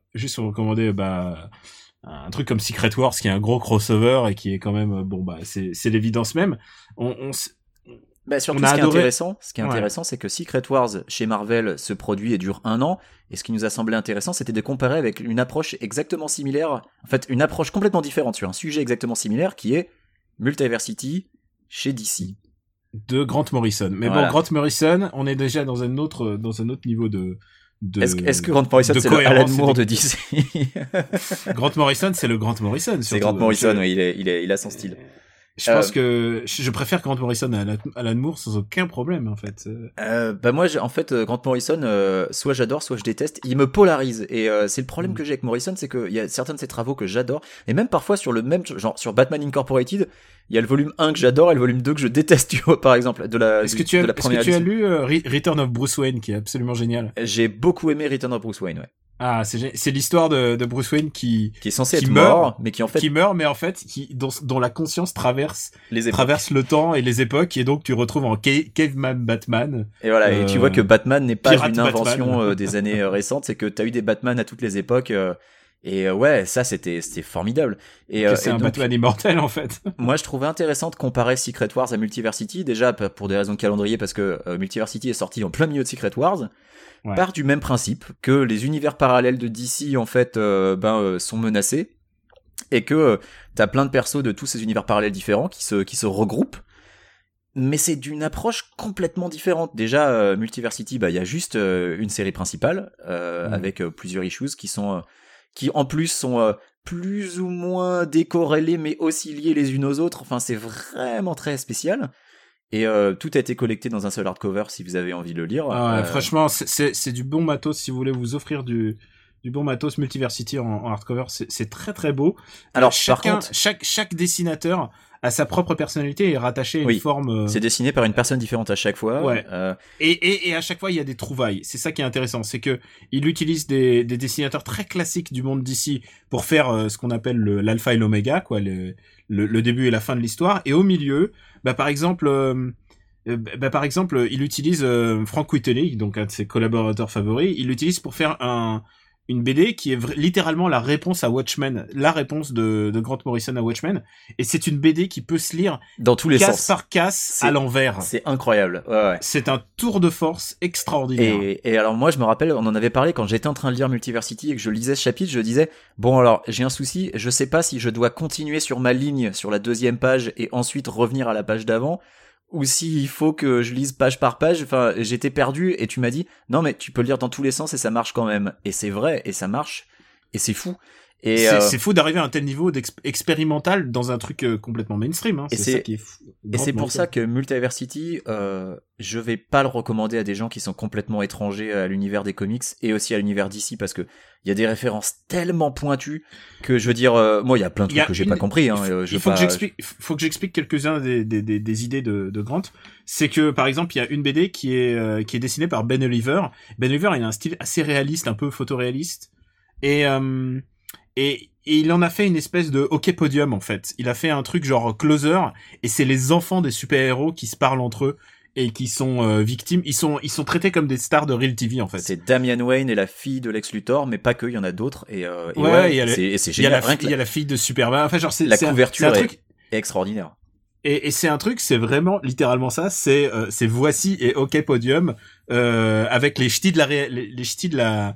un truc comme Secret Wars, qui est un gros crossover et qui est quand même c'est l'évidence même. Surtout, ce qui est intéressant, c'est que Secret Wars chez Marvel se produit et dure 1 an, et ce qui nous a semblé intéressant, c'était de comparer avec une approche exactement similaire, en fait une approche complètement différente sur un sujet exactement similaire, qui est Multiversity chez DC. de Grant Morrison. Mais bon, Grant Morrison, on est déjà dans un autre niveau de Est-ce que Grant Morrison c'est le Alan Moore de DC? Grant Morrison, c'est le Grant Morrison. C'est Grant Morrison, oui, il a son style. Je pense que je préfère Grant Morrison à Alan Moore sans aucun problème en fait. Moi, en fait, Grant Morrison, soit j'adore, soit je déteste. Il me polarise et c'est le problème que j'ai avec Morrison, c'est qu'il y a certains de ses travaux que j'adore et même parfois sur le même genre sur Batman Incorporated, il y a le volume 1 que j'adore et le volume 2 que je déteste, tu vois, par exemple, de la première. Est-ce que tu as lu Return of Bruce Wayne qui est absolument génial? J'ai beaucoup aimé Return of Bruce Wayne, ouais. Ah, c'est l'histoire de Bruce Wayne qui est censé être mort, mais qui en fait dont la conscience traverse le temps et les époques, et donc tu retrouves en Caveman Batman. Et voilà, et tu vois que Batman n'est pas une invention des années récentes, c'est que t'as eu des Batman à toutes les époques. Et ouais, ça c'était formidable. Et c'est un Batman immortel en fait. Moi, je trouvais intéressant de comparer Secret Wars à Multiversity, déjà pour des raisons de calendrier, parce que Multiversity est sorti en plein milieu de Secret Wars. Ouais. Part du même principe que les univers parallèles de DC en fait sont menacés et que t'as plein de persos de tous ces univers parallèles différents qui se regroupent, mais c'est d'une approche complètement différente. Déjà Multiversity, il y a juste une série principale avec plusieurs issues qui en plus sont plus ou moins décorrélées mais aussi liées les unes aux autres. Enfin, c'est vraiment très spécial. Et tout a été collecté dans un seul hardcover si vous avez envie de le lire. Franchement, c'est du bon matos si vous voulez vous offrir du bon matos. Multiversity en hardcover, c'est très très beau. Alors chaque dessinateur a sa propre personnalité et est rattaché à une forme. C'est dessiné par une personne différente à chaque fois. Ouais. Et à chaque fois il y a des trouvailles. C'est ça qui est intéressant, c'est que il utilise des dessinateurs très classiques du monde d'ici pour faire ce qu'on appelle l'alpha et l'oméga, quoi, le début et la fin de l'histoire. Et au milieu, par exemple, il utilise Frank Whiteley, donc un de ses collaborateurs favoris. Il l'utilise pour faire une BD qui est littéralement la réponse à Watchmen, la réponse de Grant Morrison à Watchmen, et c'est une BD qui peut se lire dans tous les casse sens, par casse à l'envers. C'est incroyable. Ouais. C'est un tour de force extraordinaire. Et alors moi je me rappelle, on en avait parlé quand j'étais en train de lire Multiversity et que je lisais ce chapitre, je disais bon alors j'ai un souci, je sais pas si je dois continuer sur ma ligne sur la 2e page et ensuite revenir à la page d'avant, ou s'il faut que je lise page par page. Enfin, j'étais perdu et tu m'as dit non mais tu peux le lire dans tous les sens et ça marche quand même. Et c'est vrai et ça marche et c'est fou. Et c'est fou d'arriver à un tel niveau expérimental dans un truc complètement mainstream. Hein. C'est ça qui est fou. Et c'est pour ça que Multiversity, je vais pas le recommander à des gens qui sont complètement étrangers à l'univers des comics et aussi à l'univers d'ici, parce que il y a des références tellement pointues que je veux dire, moi il y a plein de trucs que j'ai pas compris. Hein, faut que j'explique quelques-uns des idées de Grant. C'est que par exemple il y a une BD qui est dessinée par Ben Oliver. Ben Oliver il a un style assez réaliste, un peu photoréaliste, et il en a fait une espèce de hockey podium en fait. Il a fait un truc genre Closer, et c'est les enfants des super-héros qui se parlent entre eux et qui sont victimes. Ils sont traités comme des stars de Real TV en fait. C'est Damian Wayne et la fille de Lex Luthor, mais pas que, il y en a d'autres. Et c'est génial. Il y a la fille de Superman. Enfin genre la couverture est extraordinaire. Et c'est un truc, c'est vraiment littéralement ça. C'est Voici et hockey podium avec les ch'tis de la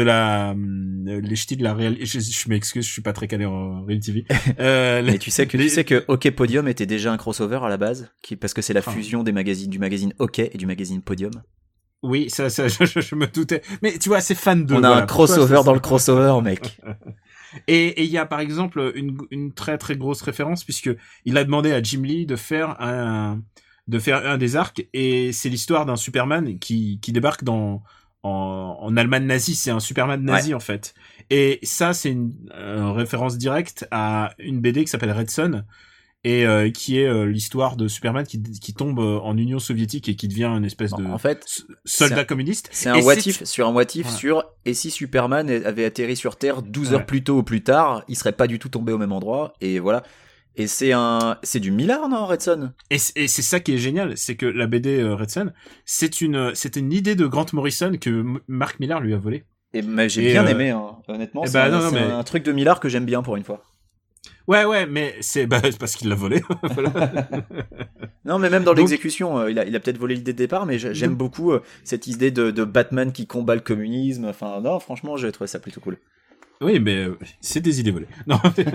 je m'excuse, je suis pas très calé en Real TV. Mais tu sais que Hockey Podium était déjà un crossover à la base, parce que c'est la fusion du magazine Hockey et du magazine Podium. Oui, ça je me doutais. Mais tu vois, c'est fan de. On a un crossover dans le crossover, mec. Et il y a par exemple une très très grosse référence, puisque il a demandé à Jim Lee de faire un des arcs, et c'est l'histoire d'un Superman qui débarque en Allemagne nazie. C'est un Superman nazi en fait, et ça c'est une référence directe à une BD qui s'appelle Red Son, et qui est l'histoire de Superman qui tombe en Union soviétique et qui devient une espèce de soldat communiste. C'est un what if sur et si Superman avait atterri sur Terre 12 heures plus tôt ou plus tard, il serait pas du tout tombé au même endroit, et voilà. Et c'est du Millar, non, Red Son? Et c'est ça qui est génial, c'est que la BD Red Son, c'était une idée de Grant Morrison que Mark Millar lui a volé. Et j'ai bien aimé, hein. Honnêtement, c'est un truc de Millar que j'aime bien pour une fois. Ouais, mais c'est parce qu'il l'a volé. Non, mais même dans l'exécution, il a peut-être volé l'idée de départ, mais j'aime beaucoup cette idée de Batman qui combat le communisme. Enfin, non, franchement, j'ai trouvé ça plutôt cool. Oui, mais c'est des idées volées. Non,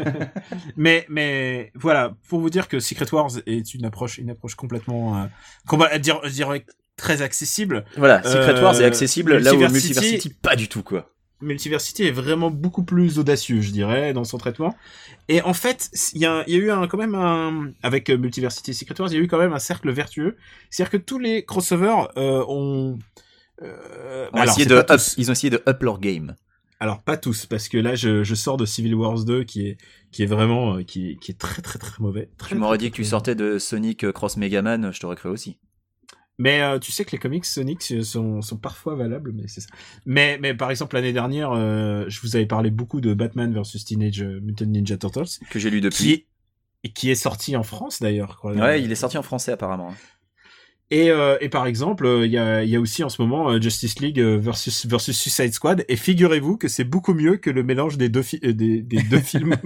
mais voilà, pour vous dire que Secret Wars est une approche complètement, je dirais très accessible. Voilà, Secret Wars est accessible là où Multiversity pas du tout quoi. Multiversity est vraiment beaucoup plus audacieux, je dirais, dans son traitement. Et en fait, il y a eu avec Multiversity et Secret Wars, il y a eu quand même un cercle vertueux. C'est-à-dire que tous les crossovers ils ont essayé de up leur game. Alors pas tous, parce que là je sors de Civil Wars 2 qui est vraiment qui est très très très mauvais. Tu m'aurais dit que tu sortais de Sonic Cross Megaman, je t'aurais cru aussi. Mais tu sais que les comics Sonic sont parfois valables, mais c'est ça. Mais par exemple l'année dernière, je vous avais parlé beaucoup de Batman versus Teenage Mutant Ninja Turtles que j'ai lu depuis, qui est sorti en France d'ailleurs. Quoi. Ouais, il est sorti en français apparemment. Et par exemple, il y a aussi en ce moment Justice League versus Suicide Squad. Et figurez-vous que c'est beaucoup mieux que le mélange des deux films.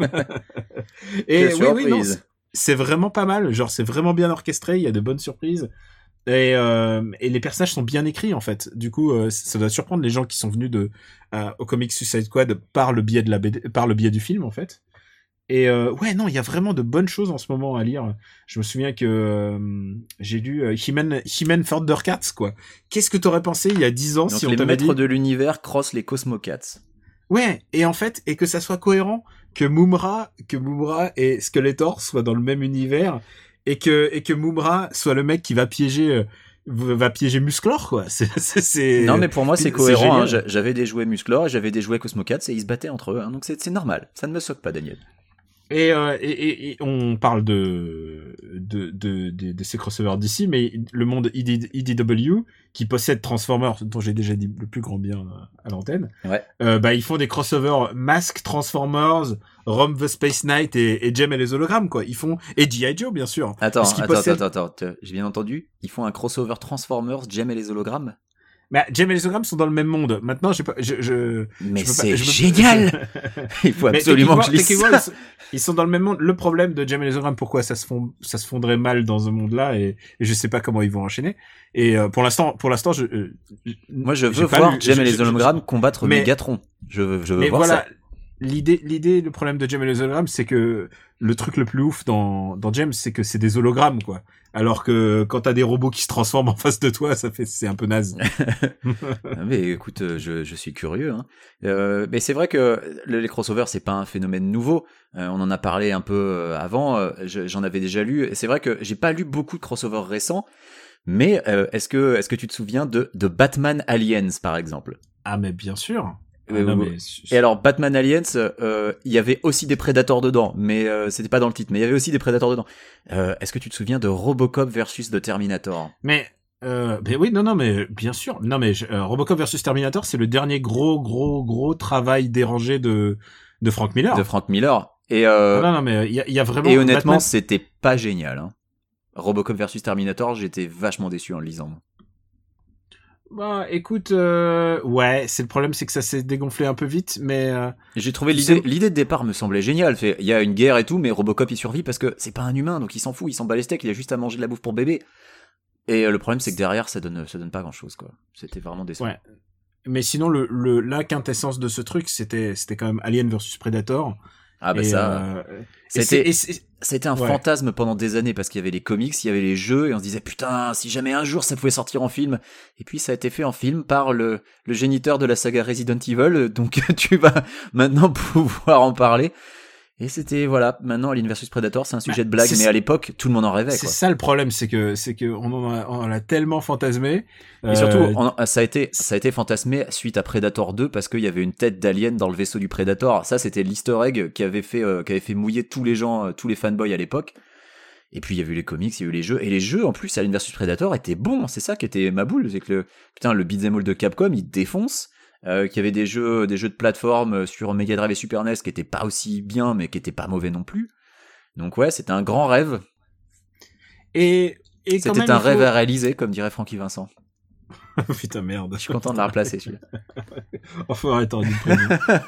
Et oui, non, c'est vraiment pas mal. Genre, c'est vraiment bien orchestré. Il y a de bonnes surprises. Et les personnages sont bien écrits en fait. Du coup, ça doit surprendre les gens qui sont venus au comic Suicide Squad par le biais du film en fait. Et ouais, non, il y a vraiment de bonnes choses en ce moment à lire. Je me souviens que j'ai lu He-Man Thundercats, quoi. Qu'est-ce que t'aurais pensé il y a 10 ans donc si on t'avait dit... les maîtres de l'univers crossent les Cosmocats. Ouais, et en fait, et que ça soit cohérent, que Mumra et Skeletor soient dans le même univers, et que Mumra soit le mec qui va piéger Musclor, quoi. C'est... Non, mais pour moi, c'est cohérent. Hein. J'avais des jouets Musclor et j'avais des jouets Cosmocats et ils se battaient entre eux. Hein. Donc c'est normal. Ça ne me choque pas, Daniel. Et on parle de ces crossovers d'ici, mais le monde IDW qui possède Transformers, dont j'ai déjà dit le plus grand bien à l'antenne. Ouais. Ils font des crossovers Mask, Transformers, Rome the Space Knight et Jem et les hologrammes, quoi. Ils font, et G.I. Joe, bien sûr. Attends, j'ai bien entendu. Ils font un crossover Transformers, Jem et les hologrammes? Mais Jem et les hologrammes sont dans le même monde. Maintenant, Mais c'est génial! Il faut absolument que je lise. Ils sont dans le même monde. Le problème de Jem et les hologrammes, pourquoi ça se fondrait mal dans ce monde-là, et je sais pas comment ils vont enchaîner. Et pour l'instant, moi, je veux voir Jem et les hologrammes combattre Megatron. Je veux voir voilà, ça. L'idée, le problème de Jem et les hologrammes, c'est que le truc le plus ouf dans Jem, c'est que c'est des hologrammes, quoi. Alors que quand t'as des robots qui se transforment en face de toi, c'est un peu naze. Mais écoute, je suis curieux. Hein. Mais c'est vrai que les crossovers, c'est pas un phénomène nouveau. On en a parlé un peu avant. J'en avais déjà lu. Et c'est vrai que j'ai pas lu beaucoup de crossovers récents. Mais est-ce que tu te souviens de Batman Aliens, par exemple? Ah, mais bien sûr. Et alors Batman Aliens, il y avait aussi des Predators dedans, mais c'était pas dans le titre, mais il y avait aussi des Predators dedans. Est-ce que tu te souviens de Robocop versus The Terminator? Mais oui, non, mais bien sûr. Non, mais Robocop versus Terminator, c'est le dernier gros travail dérangé de Frank Miller. De Frank Miller. Et non, mais il y a vraiment. Et honnêtement, c'était pas génial. Hein. Robocop versus Terminator, j'étais vachement déçu en le lisant. Bah, écoute, ouais, c'est le problème, c'est que ça s'est dégonflé un peu vite, mais j'ai trouvé l'idée de départ me semblait géniale. Il y a une guerre et tout, mais Robocop il survit parce que c'est pas un humain, donc il s'en fout, il s'en bat les steaks, il a juste à manger de la bouffe pour bébé. Et le problème, c'est que derrière, ça donne pas grand chose, quoi. C'était vraiment décevant. Ouais. Mais sinon, la quintessence de ce truc, c'était quand même Alien versus Predator. Ah bah c'était un fantasme pendant des années parce qu'il y avait les comics, il y avait les jeux et on se disait putain si jamais un jour ça pouvait sortir en film. Et puis ça a été fait en film par le géniteur de la saga Resident Evil, donc tu vas maintenant pouvoir en parler. Et c'était voilà, maintenant Alien vs Predator, c'est un sujet de blague, mais à l'époque tout le monde en rêvait. C'est ça le problème, c'est que on a tellement fantasmé. Et surtout, ça a été fantasmé suite à Predator 2 parce qu'il y avait une tête d'alien dans le vaisseau du Predator. Ça, c'était l'Easter egg qui avait fait mouiller tous les gens, tous les fanboys à l'époque. Et puis il y a eu les comics, il y a eu les jeux, et les jeux en plus Alien vs Predator étaient bons. C'est ça qui était ma boule, c'est que le beat'em all de Capcom, il défonce. Qu'il y avait des jeux de plateforme sur Mega Drive et Super NES qui étaient pas aussi bien mais qui étaient pas mauvais non plus. Donc ouais, c'était un grand rêve. Et c'était un rêve à réaliser, comme dirait Francky Vincent. Putain merde. Je suis content de la replacer celui-là. Enfin arrête du prénom.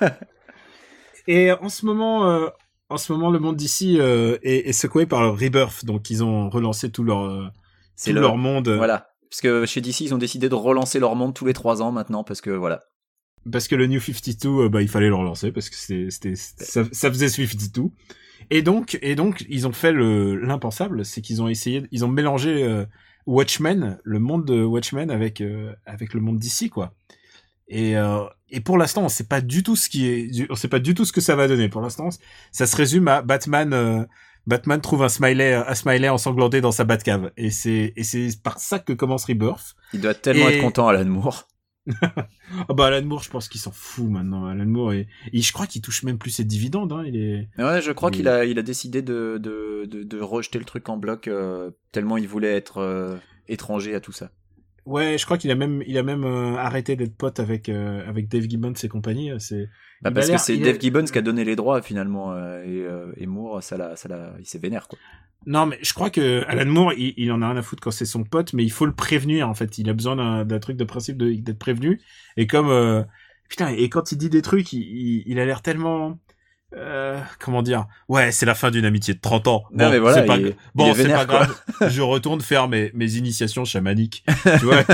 Et en ce moment le monde d'ici est secoué par le Rebirth, donc ils ont relancé tout leur monde. Voilà. Parce que chez DC, ils ont décidé de relancer leur monde tous les 3 ans maintenant, parce que voilà. parce que le New 52, il fallait le relancer parce que ça faisait 52. Et donc, ils ont fait l'impensable, c'est qu'ils ont mélangé Watchmen, le monde de Watchmen avec le monde d'ici, quoi. Et pour l'instant, on sait pas du tout ce que ça va donner. Pour l'instant, ça se résume à Batman trouve un smiley ensanglanté dans sa Batcave. Et c'est par ça que commence Rebirth. Il doit tellement être content, Alan Moore. Alan Moore, je pense qu'il s'en fout maintenant. Alan Moore, je crois qu'il touche même plus ses dividendes. Hein. Ouais, je crois qu'il a décidé de rejeter le truc en bloc tellement il voulait être étranger à tout ça. Ouais, je crois qu'il a même arrêté d'être pote avec Dave Gibbons et compagnie. Parce que c'est Dave Gibbons qui a donné les droits finalement et Moore, il s'est vénère quoi. Non, mais je crois que Alan Moore, il en a rien à foutre quand c'est son pote, mais il faut le prévenir en fait. Il a besoin d'un truc de principe d'être prévenu. Et comme et quand il dit des trucs, il a l'air tellement comment dire, ouais, c'est la fin d'une amitié de 30 ans. Non, mais voilà, c'est pas grave. Je retourne faire mes initiations chamaniques. Tu vois.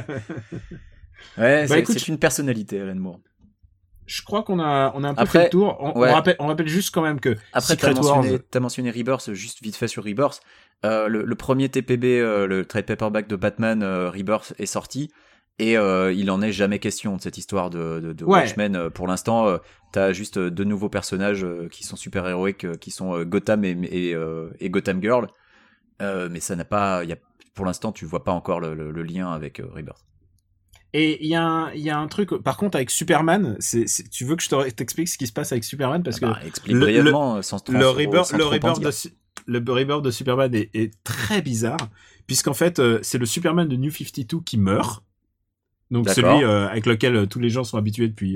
Ouais, c'est une personnalité, Alan Moore. Je crois qu'on a un peu fait le tour. On rappelle juste quand même que après t'as mentionné Rebirth, juste vite fait sur Rebirth. Le premier TPB, le trade paperback de Batman Rebirth est sorti. Et il en est jamais question de cette histoire de Watchmen. Pour l'instant, t'as juste deux nouveaux personnages qui sont super héroïques, qui sont Gotham et Gotham Girl. Mais ça n'a pas, pour l'instant, tu vois pas encore le lien avec Rebirth. Et il y a un truc, par contre, avec Superman, tu veux que je t'explique ce qui se passe avec Superman parce que explique brièvement, le Rebirth de Superman est très bizarre puisqu'en fait, c'est le Superman de New 52 qui meurt. Donc D'accord. celui avec lequel tous les gens sont habitués depuis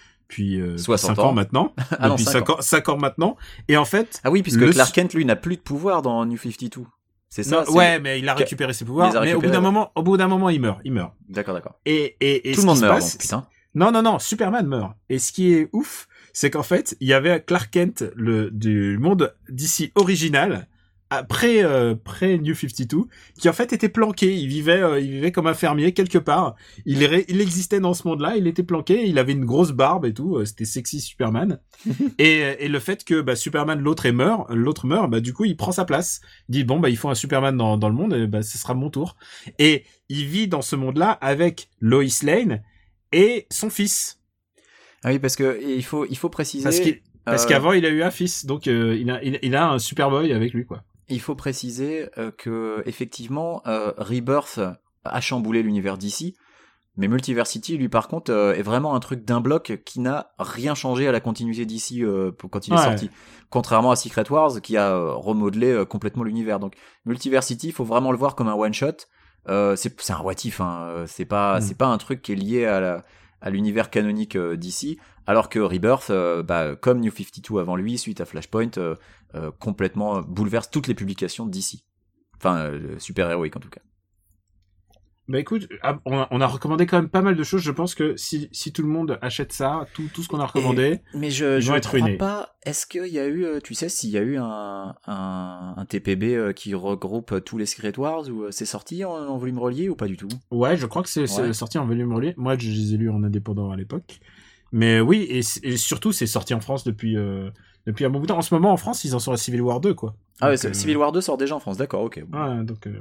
60 ans maintenant. Depuis 5 ans maintenant. Et en fait... Ah oui, puisque Clark Kent, lui, n'a plus de pouvoir dans New 52. C'est ça? Ouais, mais il a récupéré ses pouvoirs. Mais au bout d'un moment, il meurt. D'accord. Et tout le monde meurt, donc, putain. Non, Superman meurt. Et ce qui est ouf, c'est qu'en fait, il y avait Clark Kent, du monde d'ici original, après New 52, qui en fait était planqué. Il vivait comme un fermier quelque part. Il existait dans ce monde-là. Il était planqué. Il avait une grosse barbe et tout. C'était sexy Superman. et le fait que Superman l'autre meurt, du coup il prend sa place. Il dit il faut un Superman dans le monde. Et ce sera mon tour. Et il vit dans ce monde-là avec Lois Lane et son fils. Ah oui, parce que il faut préciser. Parce qu'avant il a eu un fils, donc il a un Superboy avec lui quoi. Il faut préciser que effectivement Rebirth a chamboulé l'univers d'ici, mais Multiversity lui par contre est vraiment un truc d'un bloc qui n'a rien changé à la continuité d'ici quand il est sorti. Contrairement à Secret Wars qui a remodelé complètement l'univers. Donc Multiversity, il faut vraiment le voir comme un one shot. C'est un what if, hein. C'est pas un truc qui est lié à l'univers canonique d'ici, alors que Rebirth, comme New 52 avant lui, suite à Flashpoint, complètement bouleverse toutes les publications d'ici. Enfin, super héroïque en tout cas. Écoute, on a recommandé quand même pas mal de choses. Je pense que si tout le monde achète ça, tout ce qu'on a recommandé, mais je crois pas. Est-ce qu'il y a eu, tu sais, s'il y a eu un TPB qui regroupe tous les Secret Wars ou c'est sorti en volume relié ou pas du tout? Ouais, je crois que c'est sorti en volume relié. Moi, je les ai lus en indépendant à l'époque. Mais oui, et surtout, c'est sorti en France depuis un bon bout de temps. En ce moment, en France, ils en sont à Civil War 2, quoi. Ah ouais, Civil War 2 sort déjà en France, d'accord, ok. Ouais,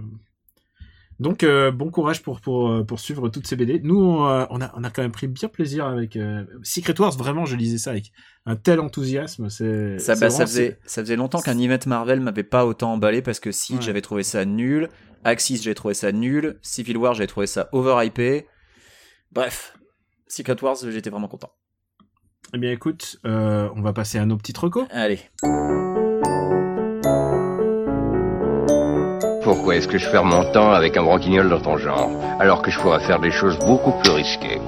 donc bon courage pour suivre toutes ces BD. Nous, on a quand même pris bien plaisir avec Secret Wars. Vraiment, je lisais ça avec un tel enthousiasme. Ça faisait longtemps qu'un event Marvel m'avait pas autant emballé parce que Siege, j'avais trouvé ça nul. Axis, j'avais trouvé ça nul. Civil War, j'avais trouvé ça overhypé. Bref, Secret Wars, j'étais vraiment content. Eh bien, écoute, on va passer à nos petits recos. Allez. Pourquoi est-ce que je perds mon temps avec un branquignol dans ton genre, alors que je pourrais faire des choses beaucoup plus risquées?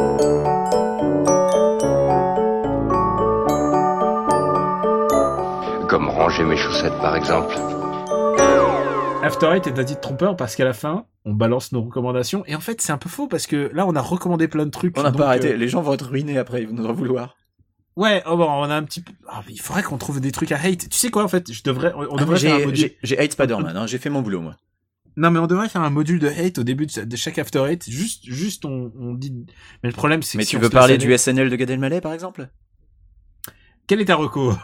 Comme ranger mes chaussettes, par exemple. After Eight est un titre trompeur parce qu'à la fin, on balance nos recommandations. Et en fait, c'est un peu faux parce que là, on a recommandé plein de trucs. On n'a pas arrêté. Les gens vont être ruinés après, ils vont nous en vouloir. Ouais, on a un petit peu... il faudrait qu'on trouve des trucs à hate. Tu sais quoi, en fait, on devrait faire un module... J'ai hate Spider-Man, hein. J'ai fait mon boulot, moi. Non, mais on devrait faire un module de hate au début de chaque After Eight. Juste, on dit. Mais le problème, c'est que. Mais tu veux parler du SNL de Gad Elmaleh, par exemple? Quel est ta reco?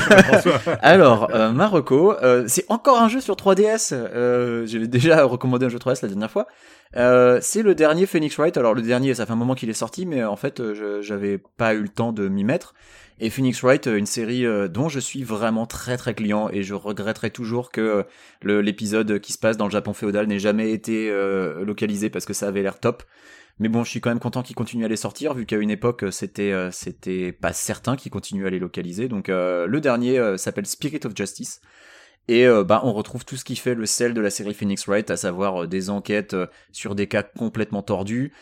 Alors, ma reco, c'est encore un jeu sur 3DS. J'avais déjà recommandé un jeu 3DS la dernière fois. C'est le dernier Phoenix Wright. Alors le dernier, ça fait un moment qu'il est sorti, mais en fait, j'avais pas eu le temps de m'y mettre. Et Phoenix Wright, une série dont je suis vraiment très très client, et je regretterai toujours que l'épisode qui se passe dans le Japon féodal n'ait jamais été localisé parce que ça avait l'air top. Mais bon, je suis quand même content qu'ils continuent à les sortir, vu qu'à une époque, c'était pas certain qu'ils continuent à les localiser. Donc le dernier s'appelle Spirit of Justice. Et on retrouve tout ce qui fait le sel de la série Phoenix Wright, à savoir des enquêtes sur des cas complètement tordus,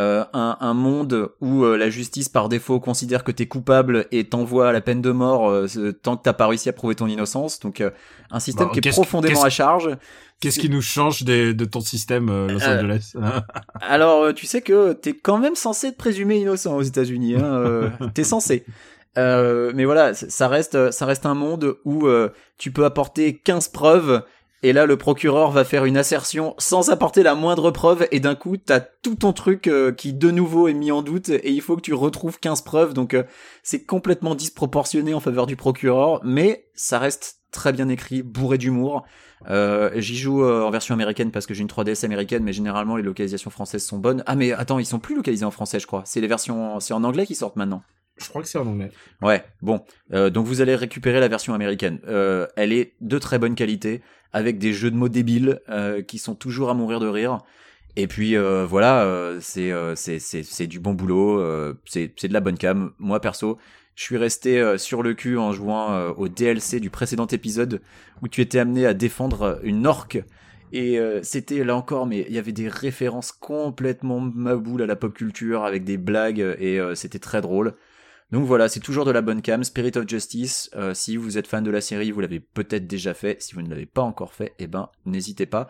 un monde où la justice par défaut considère que t'es coupable et t'envoie à la peine de mort tant que t'as pas réussi à prouver ton innocence. Donc un système qui est profondément à charge. Qu'est-ce qui nous change de ton système Los Angeles? Alors tu sais que t'es quand même censé te présumer innocent aux États-Unis, hein, t'es censé. Mais voilà, ça reste un monde où tu peux apporter 15 preuves, et là le procureur va faire une assertion sans apporter la moindre preuve, et d'un coup t'as tout ton truc qui de nouveau est mis en doute, et il faut que tu retrouves 15 preuves. Donc c'est complètement disproportionné en faveur du procureur, mais ça reste très bien écrit, bourré d'humour. J'y joue en version américaine parce que j'ai une 3DS américaine, mais généralement les localisations françaises sont bonnes. Ah mais attends, ils sont plus localisés en français, je crois. C'est en anglais qui sortent maintenant. Je crois que c'est en anglais. Ouais, bon. Donc vous allez récupérer la version américaine. Elle est de très bonne qualité, avec des jeux de mots débiles qui sont toujours à mourir de rire. Et puis voilà, c'est du bon boulot, c'est de la bonne cam. Moi perso, je suis resté sur le cul en jouant au DLC du précédent épisode où tu étais amené à défendre une orque. Et c'était là encore, mais il y avait des références complètement maboules à la pop culture avec des blagues, et c'était très drôle. Donc voilà, c'est toujours de la bonne cam. Spirit of Justice, si vous êtes fan de la série, vous l'avez peut-être déjà fait. Si vous ne l'avez pas encore fait, n'hésitez pas.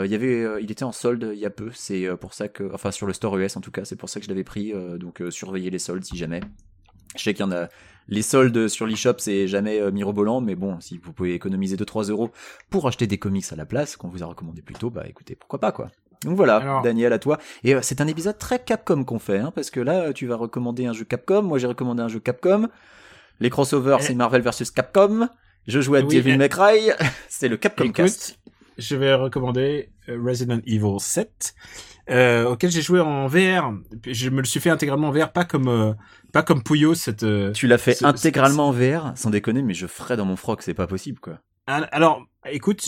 Il était en solde il y a peu, c'est pour ça que, enfin sur le store US en tout cas, c'est pour ça que je l'avais pris. Donc surveillez les soldes si jamais. Je sais qu'il y en a. Les soldes sur l'eShop, c'est jamais mirobolant, mais bon, si vous pouvez économiser 2-3 euros pour acheter des comics à la place, qu'on vous a recommandé plus tôt, écoutez, pourquoi pas, quoi. Donc voilà, alors... Daniel, à toi. Et c'est un épisode très Capcom qu'on fait, hein, parce que là, tu vas recommander un jeu Capcom, moi j'ai recommandé un jeu Capcom, les crossovers, c'est Marvel vs Capcom, je jouais à Devil May Cry, c'est le Capcom Cast. Je vais recommander Resident Evil 7, auquel j'ai joué en VR. Je me le suis fait intégralement en VR, pas comme Puyo. Tu l'as fait intégralement en VR, sans déconner, mais je ferais dans mon froc, c'est pas possible, quoi. Alors, écoute,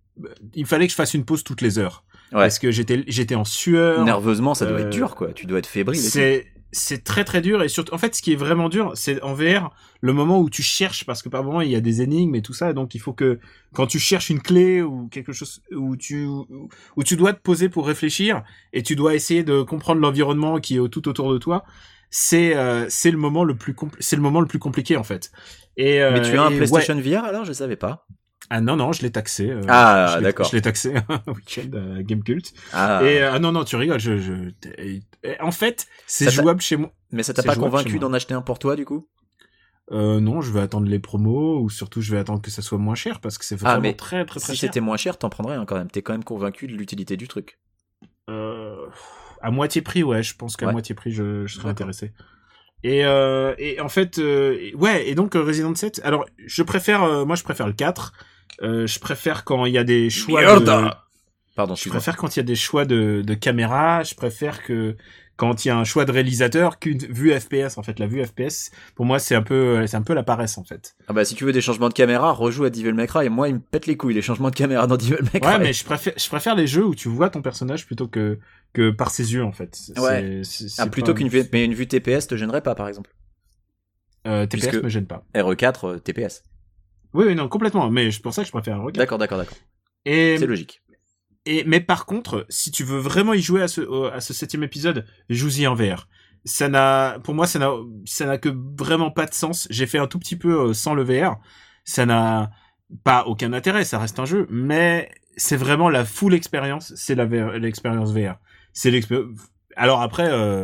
il fallait que je fasse une pause toutes les heures. Ouais. Parce que j'étais en sueur. Nerveusement, ça doit être dur, quoi. Tu dois être fébrile. C'est très très dur, et surtout, en fait, ce qui est vraiment dur, c'est en VR, le moment où tu cherches, parce que par moment, il y a des énigmes et tout ça, et donc il faut que, quand tu cherches une clé ou quelque chose, où tu dois te poser pour réfléchir, et tu dois essayer de comprendre l'environnement qui est tout autour de toi, c'est le moment le plus compliqué, en fait. Mais tu as un PlayStation VR, alors? Je savais pas. Ah non, je l'ai taxé. D'accord. Je l'ai taxé un week-end à Gamecult. Et non, tu rigoles. En fait, c'est jouable chez moi. Mais ça t'a pas convaincu d'en acheter un pour toi, du coup? Non, je vais attendre les promos, ou surtout je vais attendre que ça soit moins cher, parce que c'est vraiment très très cher. Si c'était moins cher, t'en prendrais quand même. T'es quand même convaincu de l'utilité du truc. À moitié prix, ouais. Je pense qu'à moitié prix, je serais intéressé. Et en fait, et donc Resident 7. Alors, je préfère le 4. Je préfère quand il y a des choix je préfère quand il y a des choix de caméra. Je préfère que quand il y a un choix de réalisateur qu'une vue FPS. En fait, la vue FPS, pour moi, c'est un peu la paresse, en fait. Ah bah, si tu veux des changements de caméra, rejoue à Devil May Cry. Et moi, il me pète les couilles, les changements de caméra dans Devil May Cry. Ouais, mais je préfère les jeux où tu vois ton personnage plutôt que par ses yeux, en fait. Ouais. Plutôt qu'une vue, mais une vue TPS te gênerait pas, par exemple. TPS me gêne pas. RE4, TPS. Oui, non, complètement. Mais c'est pour ça que je préfère RE4. D'accord. Et c'est logique. Mais par contre, si tu veux vraiment y jouer à ce 7e épisode, joue-y en VR. Pour moi, ça n'a que vraiment pas de sens. J'ai fait un tout petit peu sans le VR. Ça n'a pas aucun intérêt, ça reste un jeu, mais c'est vraiment la full expérience, c'est l'expérience VR. Alors après,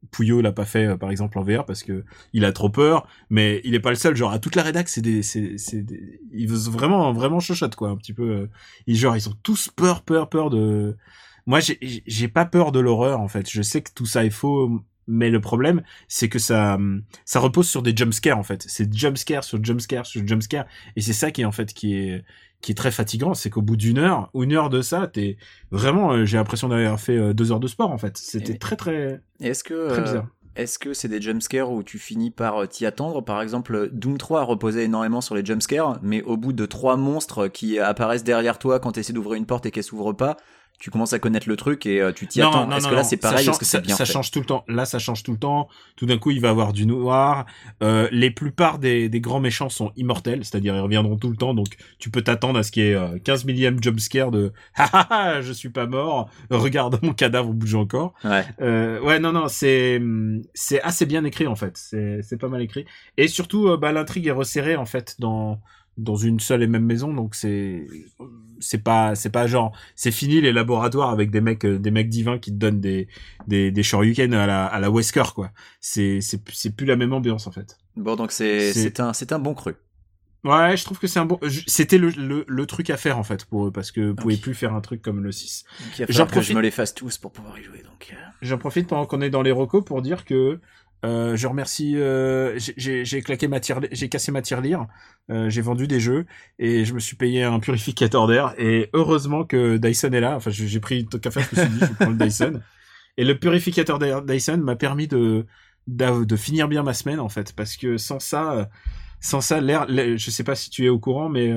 Pouillot l'a pas fait par exemple en VR parce que il a trop peur, mais il est pas le seul. Genre à toute la rédac, ils veulent vraiment chochotte quoi, un petit peu. Ils ont tous peur de. Moi, j'ai pas peur de l'horreur en fait. Je sais que tout ça est faux. Mais le problème, c'est que ça repose sur des jumpscares en fait. C'est jumpscare sur jumpscare sur jumpscare, et c'est ça qui est très fatigant. C'est qu'au bout d'une heure de ça, t'es vraiment, j'ai l'impression d'avoir fait 2 heures de sport en fait. C'était très très bizarre. Est-ce que c'est des jumpscares où tu finis par t'y attendre? Par exemple, Doom 3 reposait énormément sur les jumpscares, mais au bout de 3 monstres qui apparaissent derrière toi quand t'essaies d'ouvrir une porte et qu'elle s'ouvre pas, tu commences à connaître le truc et tu t'y attends. Est-ce que là c'est pareil? Est-ce que c'est bien fait? Ça change tout le temps. Là, ça change tout le temps. Tout d'un coup, il va y avoir du noir. Les plupart des grands méchants sont immortels, c'est-à-dire ils reviendront tout le temps. Donc, tu peux t'attendre à ce qu'il y ait 15 millième jumpscare de « je suis pas mort. Regarde mon cadavre bouge encore. » Ouais, non, c'est assez bien écrit en fait. C'est pas mal écrit. Et surtout, l'intrigue est resserrée en fait dans une seule et même maison, donc c'est pas genre c'est fini les laboratoires avec des mecs divins qui te donnent des shoryuken à la Wesker quoi. C'est plus la même ambiance en fait. Bon, donc c'est un bon cru. Ouais, je trouve que c'est un bon. C'était le truc à faire en fait pour eux parce que vous pouvez plus faire un truc comme le 6. J'en profite. Je me les fasse tous pour pouvoir y jouer donc. J'en profite pendant qu'on est dans les recos pour dire que je remercie. J'ai cassé ma tirelire. J'ai vendu des jeux et je me suis payé un purificateur d'air. Et heureusement que Dyson est là. Enfin, j'ai pris le café, je me suis dit, je vais prendre le Dyson. Et le purificateur d'air Dyson m'a permis de finir bien ma semaine en fait, parce que sans ça, l'air, je sais pas si tu es au courant, mais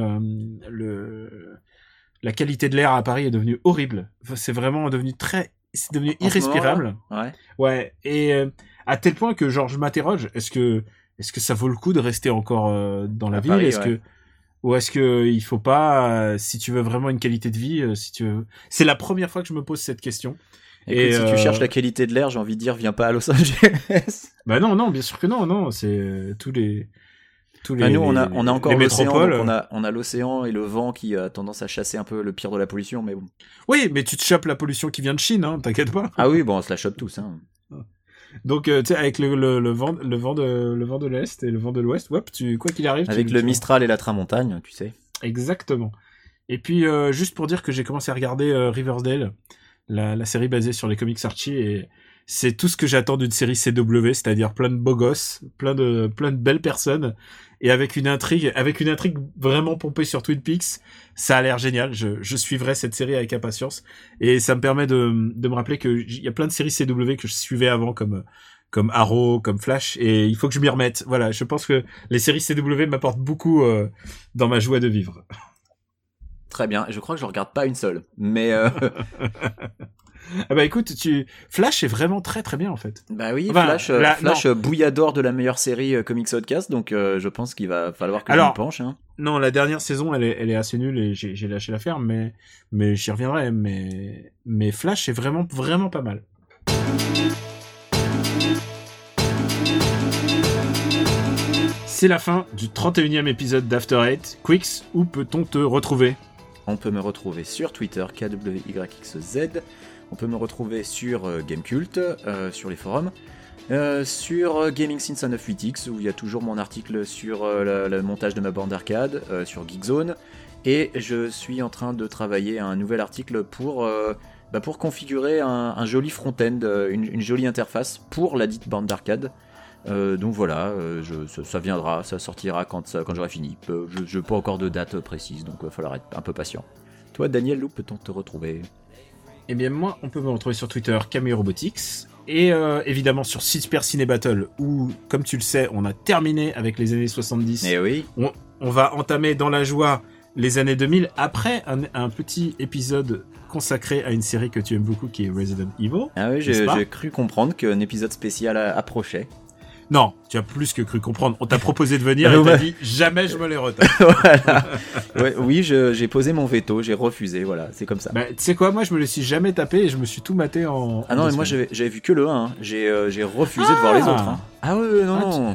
la qualité de l'air à Paris est devenue horrible. C'est vraiment devenu c'est devenu irrespirable. Ouais. Et à tel point que genre je m'interroge, est-ce que ça vaut le coup de rester encore dans la ville? Paris, ou est-ce que il faut pas, si tu veux vraiment une qualité de vie, c'est la première fois que je me pose cette question. Écoute, si tu cherches la qualité de l'air, j'ai envie de dire, viens pas à Los Angeles. Bah non, bien sûr que non, c'est tous les nous on a encore l'océan, donc on a l'océan et le vent qui a tendance à chasser un peu le pire de la pollution, mais bon. Oui, mais tu te chopes la pollution qui vient de Chine, hein, t'inquiète pas. Ah oui, bon, on se la chope tous, hein. Donc tu sais, avec le vent de l'est et le vent de l'ouest, quoi qu'il arrive, avec le Mistral et la Tramontagne, tu sais. Exactement. Et puis juste pour dire que j'ai commencé à regarder Riverdale, la série basée sur les comics Archie, et c'est tout ce que j'attends d'une série CW, c'est-à-dire plein de beaux gosses, plein de belles personnes, et avec une intrigue vraiment pompée sur Twin Peaks. Ça a l'air génial. Je suivrai cette série avec impatience, et ça me permet de me rappeler que il y a plein de séries CW que je suivais avant, comme Arrow, comme Flash, et il faut que je m'y remette. Voilà, je pense que les séries CW m'apportent beaucoup dans ma joie de vivre. Très bien, je crois que je regarde pas une seule, mais Ah bah écoute, Flash est vraiment très très bien en fait. Bah oui, enfin, Flash bouillador de la meilleure série Comics Podcast, donc je pense qu'il va falloir que je me penche. Hein. Non, la dernière saison elle est assez nulle et j'ai lâché l'affaire, mais j'y reviendrai. Mais Flash est vraiment vraiment pas mal. C'est la fin du 31e épisode d'After Eight. Quix, où peut-on te retrouver? On peut me retrouver sur Twitter, KWYXZ. On peut me retrouver sur Gamecult, sur les forums, sur Gaming Since 9-8X, où il y a toujours mon article sur le montage de ma bande d'arcade, sur Geekzone, et je suis en train de travailler à un nouvel article pour configurer un joli front-end, une jolie interface pour la dite bande d'arcade. Donc voilà, ça viendra, ça sortira quand j'aurai fini. Je n'ai pas encore de date précise, donc il va falloir être un peu patient. Toi, Daniel, où peut-on te retrouver? Eh bien, moi, on peut me retrouver sur Twitter, Camille Robotics, et évidemment sur Super Ciné Battle, où, comme tu le sais, on a terminé avec les années 70. Eh oui. On va entamer dans la joie les années 2000, après un petit épisode consacré à une série que tu aimes beaucoup, qui est Resident Evil. Ah oui, j'ai cru comprendre qu'un épisode spécial approchait. Non, tu as plus que cru comprendre. On t'a proposé de venir et t'as dit jamais je me les retape. Voilà. Oui, j'ai posé mon veto, j'ai refusé, voilà, c'est comme ça. Bah, tu sais quoi, moi je me les suis jamais tapé et je me suis tout maté en. Ah non, mais moi j'avais vu que le 1, hein. J'ai refusé de voir les autres. Hein. Ah ouais, non.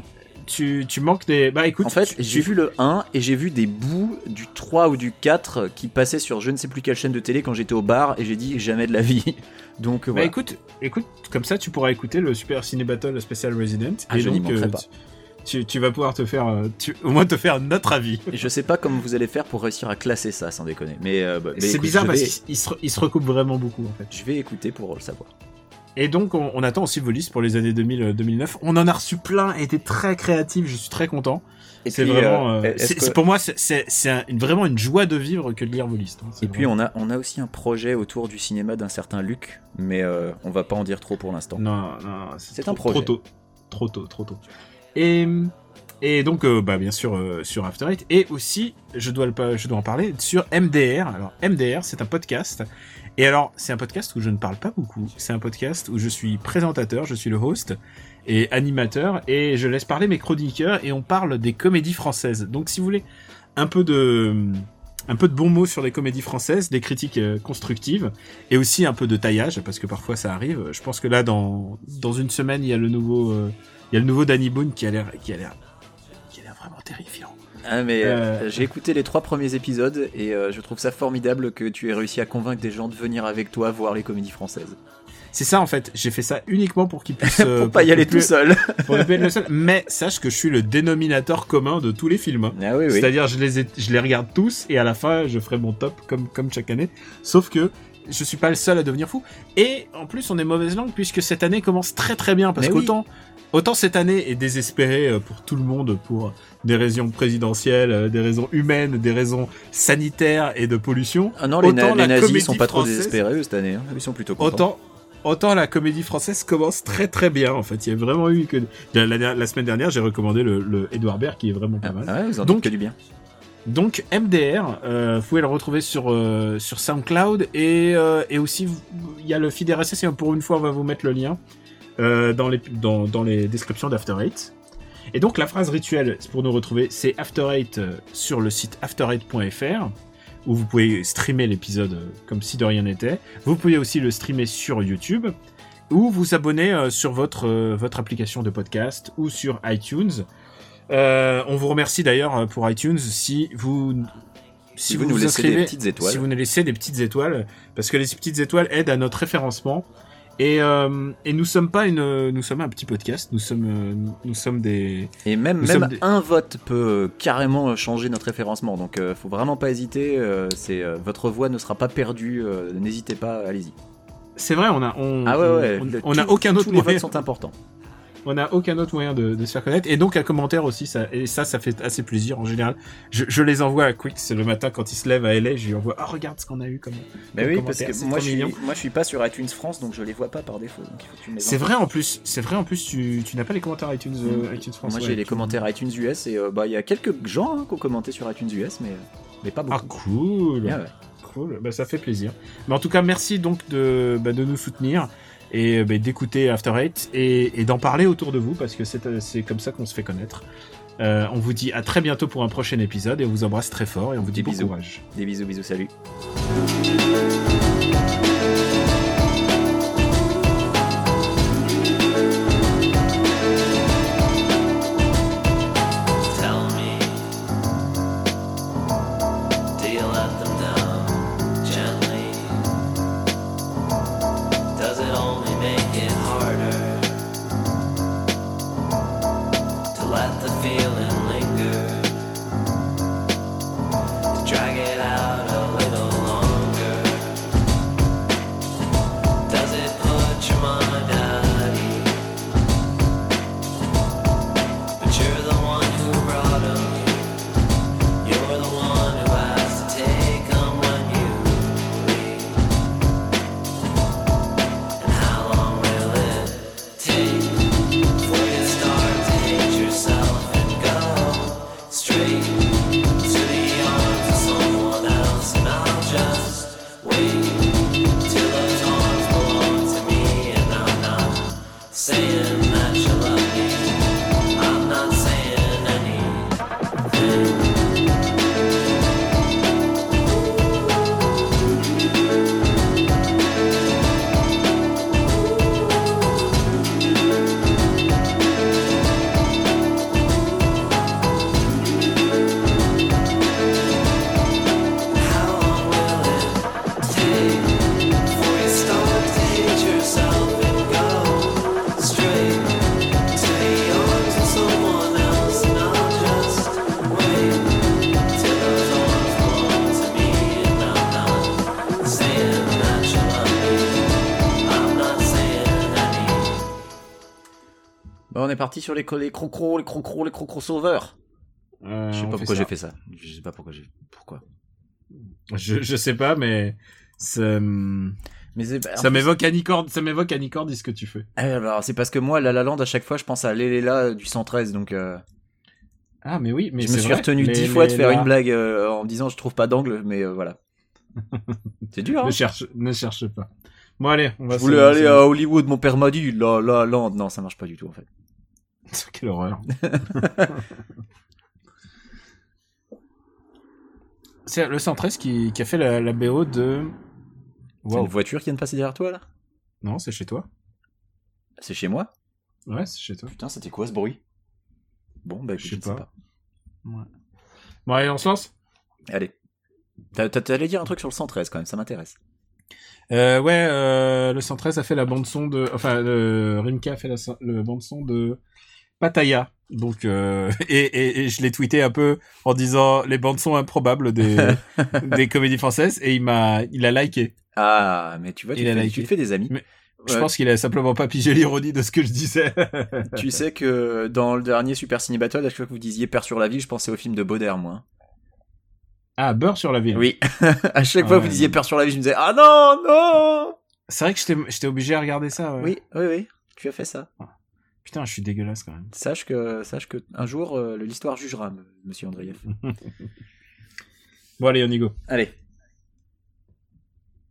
tu manques des... Bah écoute... En fait, j'ai vu le 1 et j'ai vu des bouts du 3 ou du 4 qui passaient sur je ne sais plus quelle chaîne de télé quand j'étais au bar et j'ai dit jamais de la vie. Donc voilà. Bah écoute, comme ça tu pourras écouter le Super Ciné Battle Spécial Resident. Ah, et je donc, n'y manquerai pas. Tu vas pouvoir au moins te faire notre avis. Et je sais pas comment vous allez faire pour réussir à classer ça, sans déconner. Mais c'est écoute, bizarre parce qu'il se recoupe vraiment beaucoup en fait. Je vais écouter pour le savoir. Et donc on attend aussi vos listes pour les années 2000-2009. On en a reçu plein et était très créatif. Je suis très content. Et c'est puis, vraiment, pour moi, c'est vraiment une joie de vivre que de lire vos listes. Hein. Et puis on a aussi un projet autour du cinéma d'un certain Luc, mais on va pas en dire trop pour l'instant. Non, c'est un projet. Trop tôt. Et donc, bien sûr, sur After Eight, et aussi, je dois en parler, sur MDR. Alors, MDR, c'est un podcast. Et alors, c'est un podcast où je ne parle pas beaucoup. C'est un podcast où je suis présentateur, je suis le host et animateur, et je laisse parler mes chroniqueurs, et on parle des comédies françaises. Donc, si vous voulez un peu de bons mots sur les comédies françaises, des critiques constructives, et aussi un peu de taillage, parce que parfois ça arrive. Je pense que là, dans une semaine, il y a le nouveau Danny Boone qui a l'air vraiment terrifiant. Ah mais j'ai écouté les 3 premiers épisodes et je trouve ça formidable que tu aies réussi à convaincre des gens de venir avec toi voir les comédies françaises. C'est ça en fait, j'ai fait ça uniquement pour qu'ils puissent... pour pas y aller tout seul. Pour ne pas être le seul, mais sache que je suis le dénominateur commun de tous les films. Hein. Ah oui. C'est-à-dire je les regarde tous et à la fin je ferai mon top comme chaque année. Sauf que je suis pas le seul à devenir fou. Et en plus on est mauvaise langue puisque cette année commence très très bien parce qu'autant... Autant cette année est désespérée pour tout le monde, pour des raisons présidentielles, des raisons humaines, des raisons sanitaires et de pollution. Ah non, les nazis sont pas trop désespérés eux, cette année, hein. Ils sont plutôt contents. Autant la comédie française commence très très bien en fait. Il y a vraiment eu que la semaine dernière j'ai recommandé le Edouard Baird qui est vraiment pas mal. Ah ouais, vous en dites que du bien. Donc MDR, vous pouvez le retrouver sur SoundCloud et aussi il y a le feed RSS et pour une fois on va vous mettre le lien. Dans les descriptions d'After Eight. Et donc la phrase rituelle pour nous retrouver, c'est After Eight sur le site after8.fr où vous pouvez streamer l'épisode comme si de rien n'était. Vous pouvez aussi le streamer sur YouTube ou vous abonner sur votre application de podcast ou sur iTunes. On vous remercie d'ailleurs pour iTunes si vous nous laissez des petites étoiles. Si vous nous laissez des petites étoiles, parce que les petites étoiles aident à notre référencement. Et nous sommes un petit podcast, nous sommes des... Et même un vote peut carrément changer notre référencement, donc faut vraiment pas hésiter, votre voix ne sera pas perdue, n'hésitez pas, allez-y. C'est vrai, on a aucun autre moyen. Tous les votes sont importants. On n'a aucun autre moyen de se faire connaître. Et donc, un commentaire aussi, ça fait assez plaisir en général. Je les envoie à Quix le matin quand il se lève à LA. Je lui envoie, regarde ce qu'on a eu comme oui, parce que moi je suis pas sur iTunes France, donc je les vois pas par défaut. Donc il faut que tu me les c'est vrai en plus, tu n'as pas les commentaires iTunes France. Moi j'ai les commentaires iTunes US et il y a quelques gens qui ont commenté sur iTunes US, mais pas beaucoup. Ah cool. Yeah, ouais. Cool. Bah, ça fait plaisir. Mais en tout cas, merci donc de nous soutenir. Et d'écouter After Eight et d'en parler autour de vous parce que c'est comme ça qu'on se fait connaître. On vous dit à très bientôt pour un prochain épisode et on vous embrasse très fort et on vous dit bon courage. Des bisous, salut. How long will est parti sur les crocros sauveurs. Je sais pas pourquoi j'ai fait ça. Je sais pas pourquoi Je sais pas, mais ça m'évoque Anicord, ça m'évoque Anicord, dis ce que tu fais. Alors, c'est parce que moi, La La Land, à chaque fois, je pense à Léléla du 113, donc... Ah, mais oui, mais je me suis retenu 10 fois de faire une blague en me disant je trouve pas d'angle, mais voilà. C'est dur, hein. Ne cherche pas. Bon, allez, on va Je voulais aller à Hollywood, mon père m'a dit, La La Land. Non, ça marche pas du tout, en fait. Quelle horreur. C'est le 113 qui a fait la BO de... Wow. C'est une voiture qui vient de passer derrière toi, là? Non, c'est chez toi. C'est chez moi? Ouais, c'est chez toi. Putain, c'était quoi ce bruit? Bon, bah, je sais pas. Ouais. Bon, allez, on se lance? Allez. T'allais dire un truc sur le 113 quand même, ça m'intéresse. Le 113 a fait la bande-son de... Enfin, Rimka a fait le bande-son de Pattaya. Donc, et je l'ai tweeté un peu en disant les bandes-sons improbables des comédies françaises, et il a liké. Ah, mais tu vois, tu te fais des amis. Mais je pense qu'il a simplement pas pigé l'ironie de ce que je disais. Tu sais que dans le dernier Super Ciné Battle, à chaque fois que vous disiez Père sur la ville, je pensais au film de Baudère, moi. Ah, Beurre sur la ville. Oui. À chaque fois que vous disiez Père sur la ville, je me disais ah non. C'est vrai que j'étais obligé à regarder ça. Ouais. Oui. Tu as fait ça. Putain, je suis dégueulasse quand même. Sache que un jour l'histoire jugera, monsieur Andreev. Bon, allez, on y go. Allez.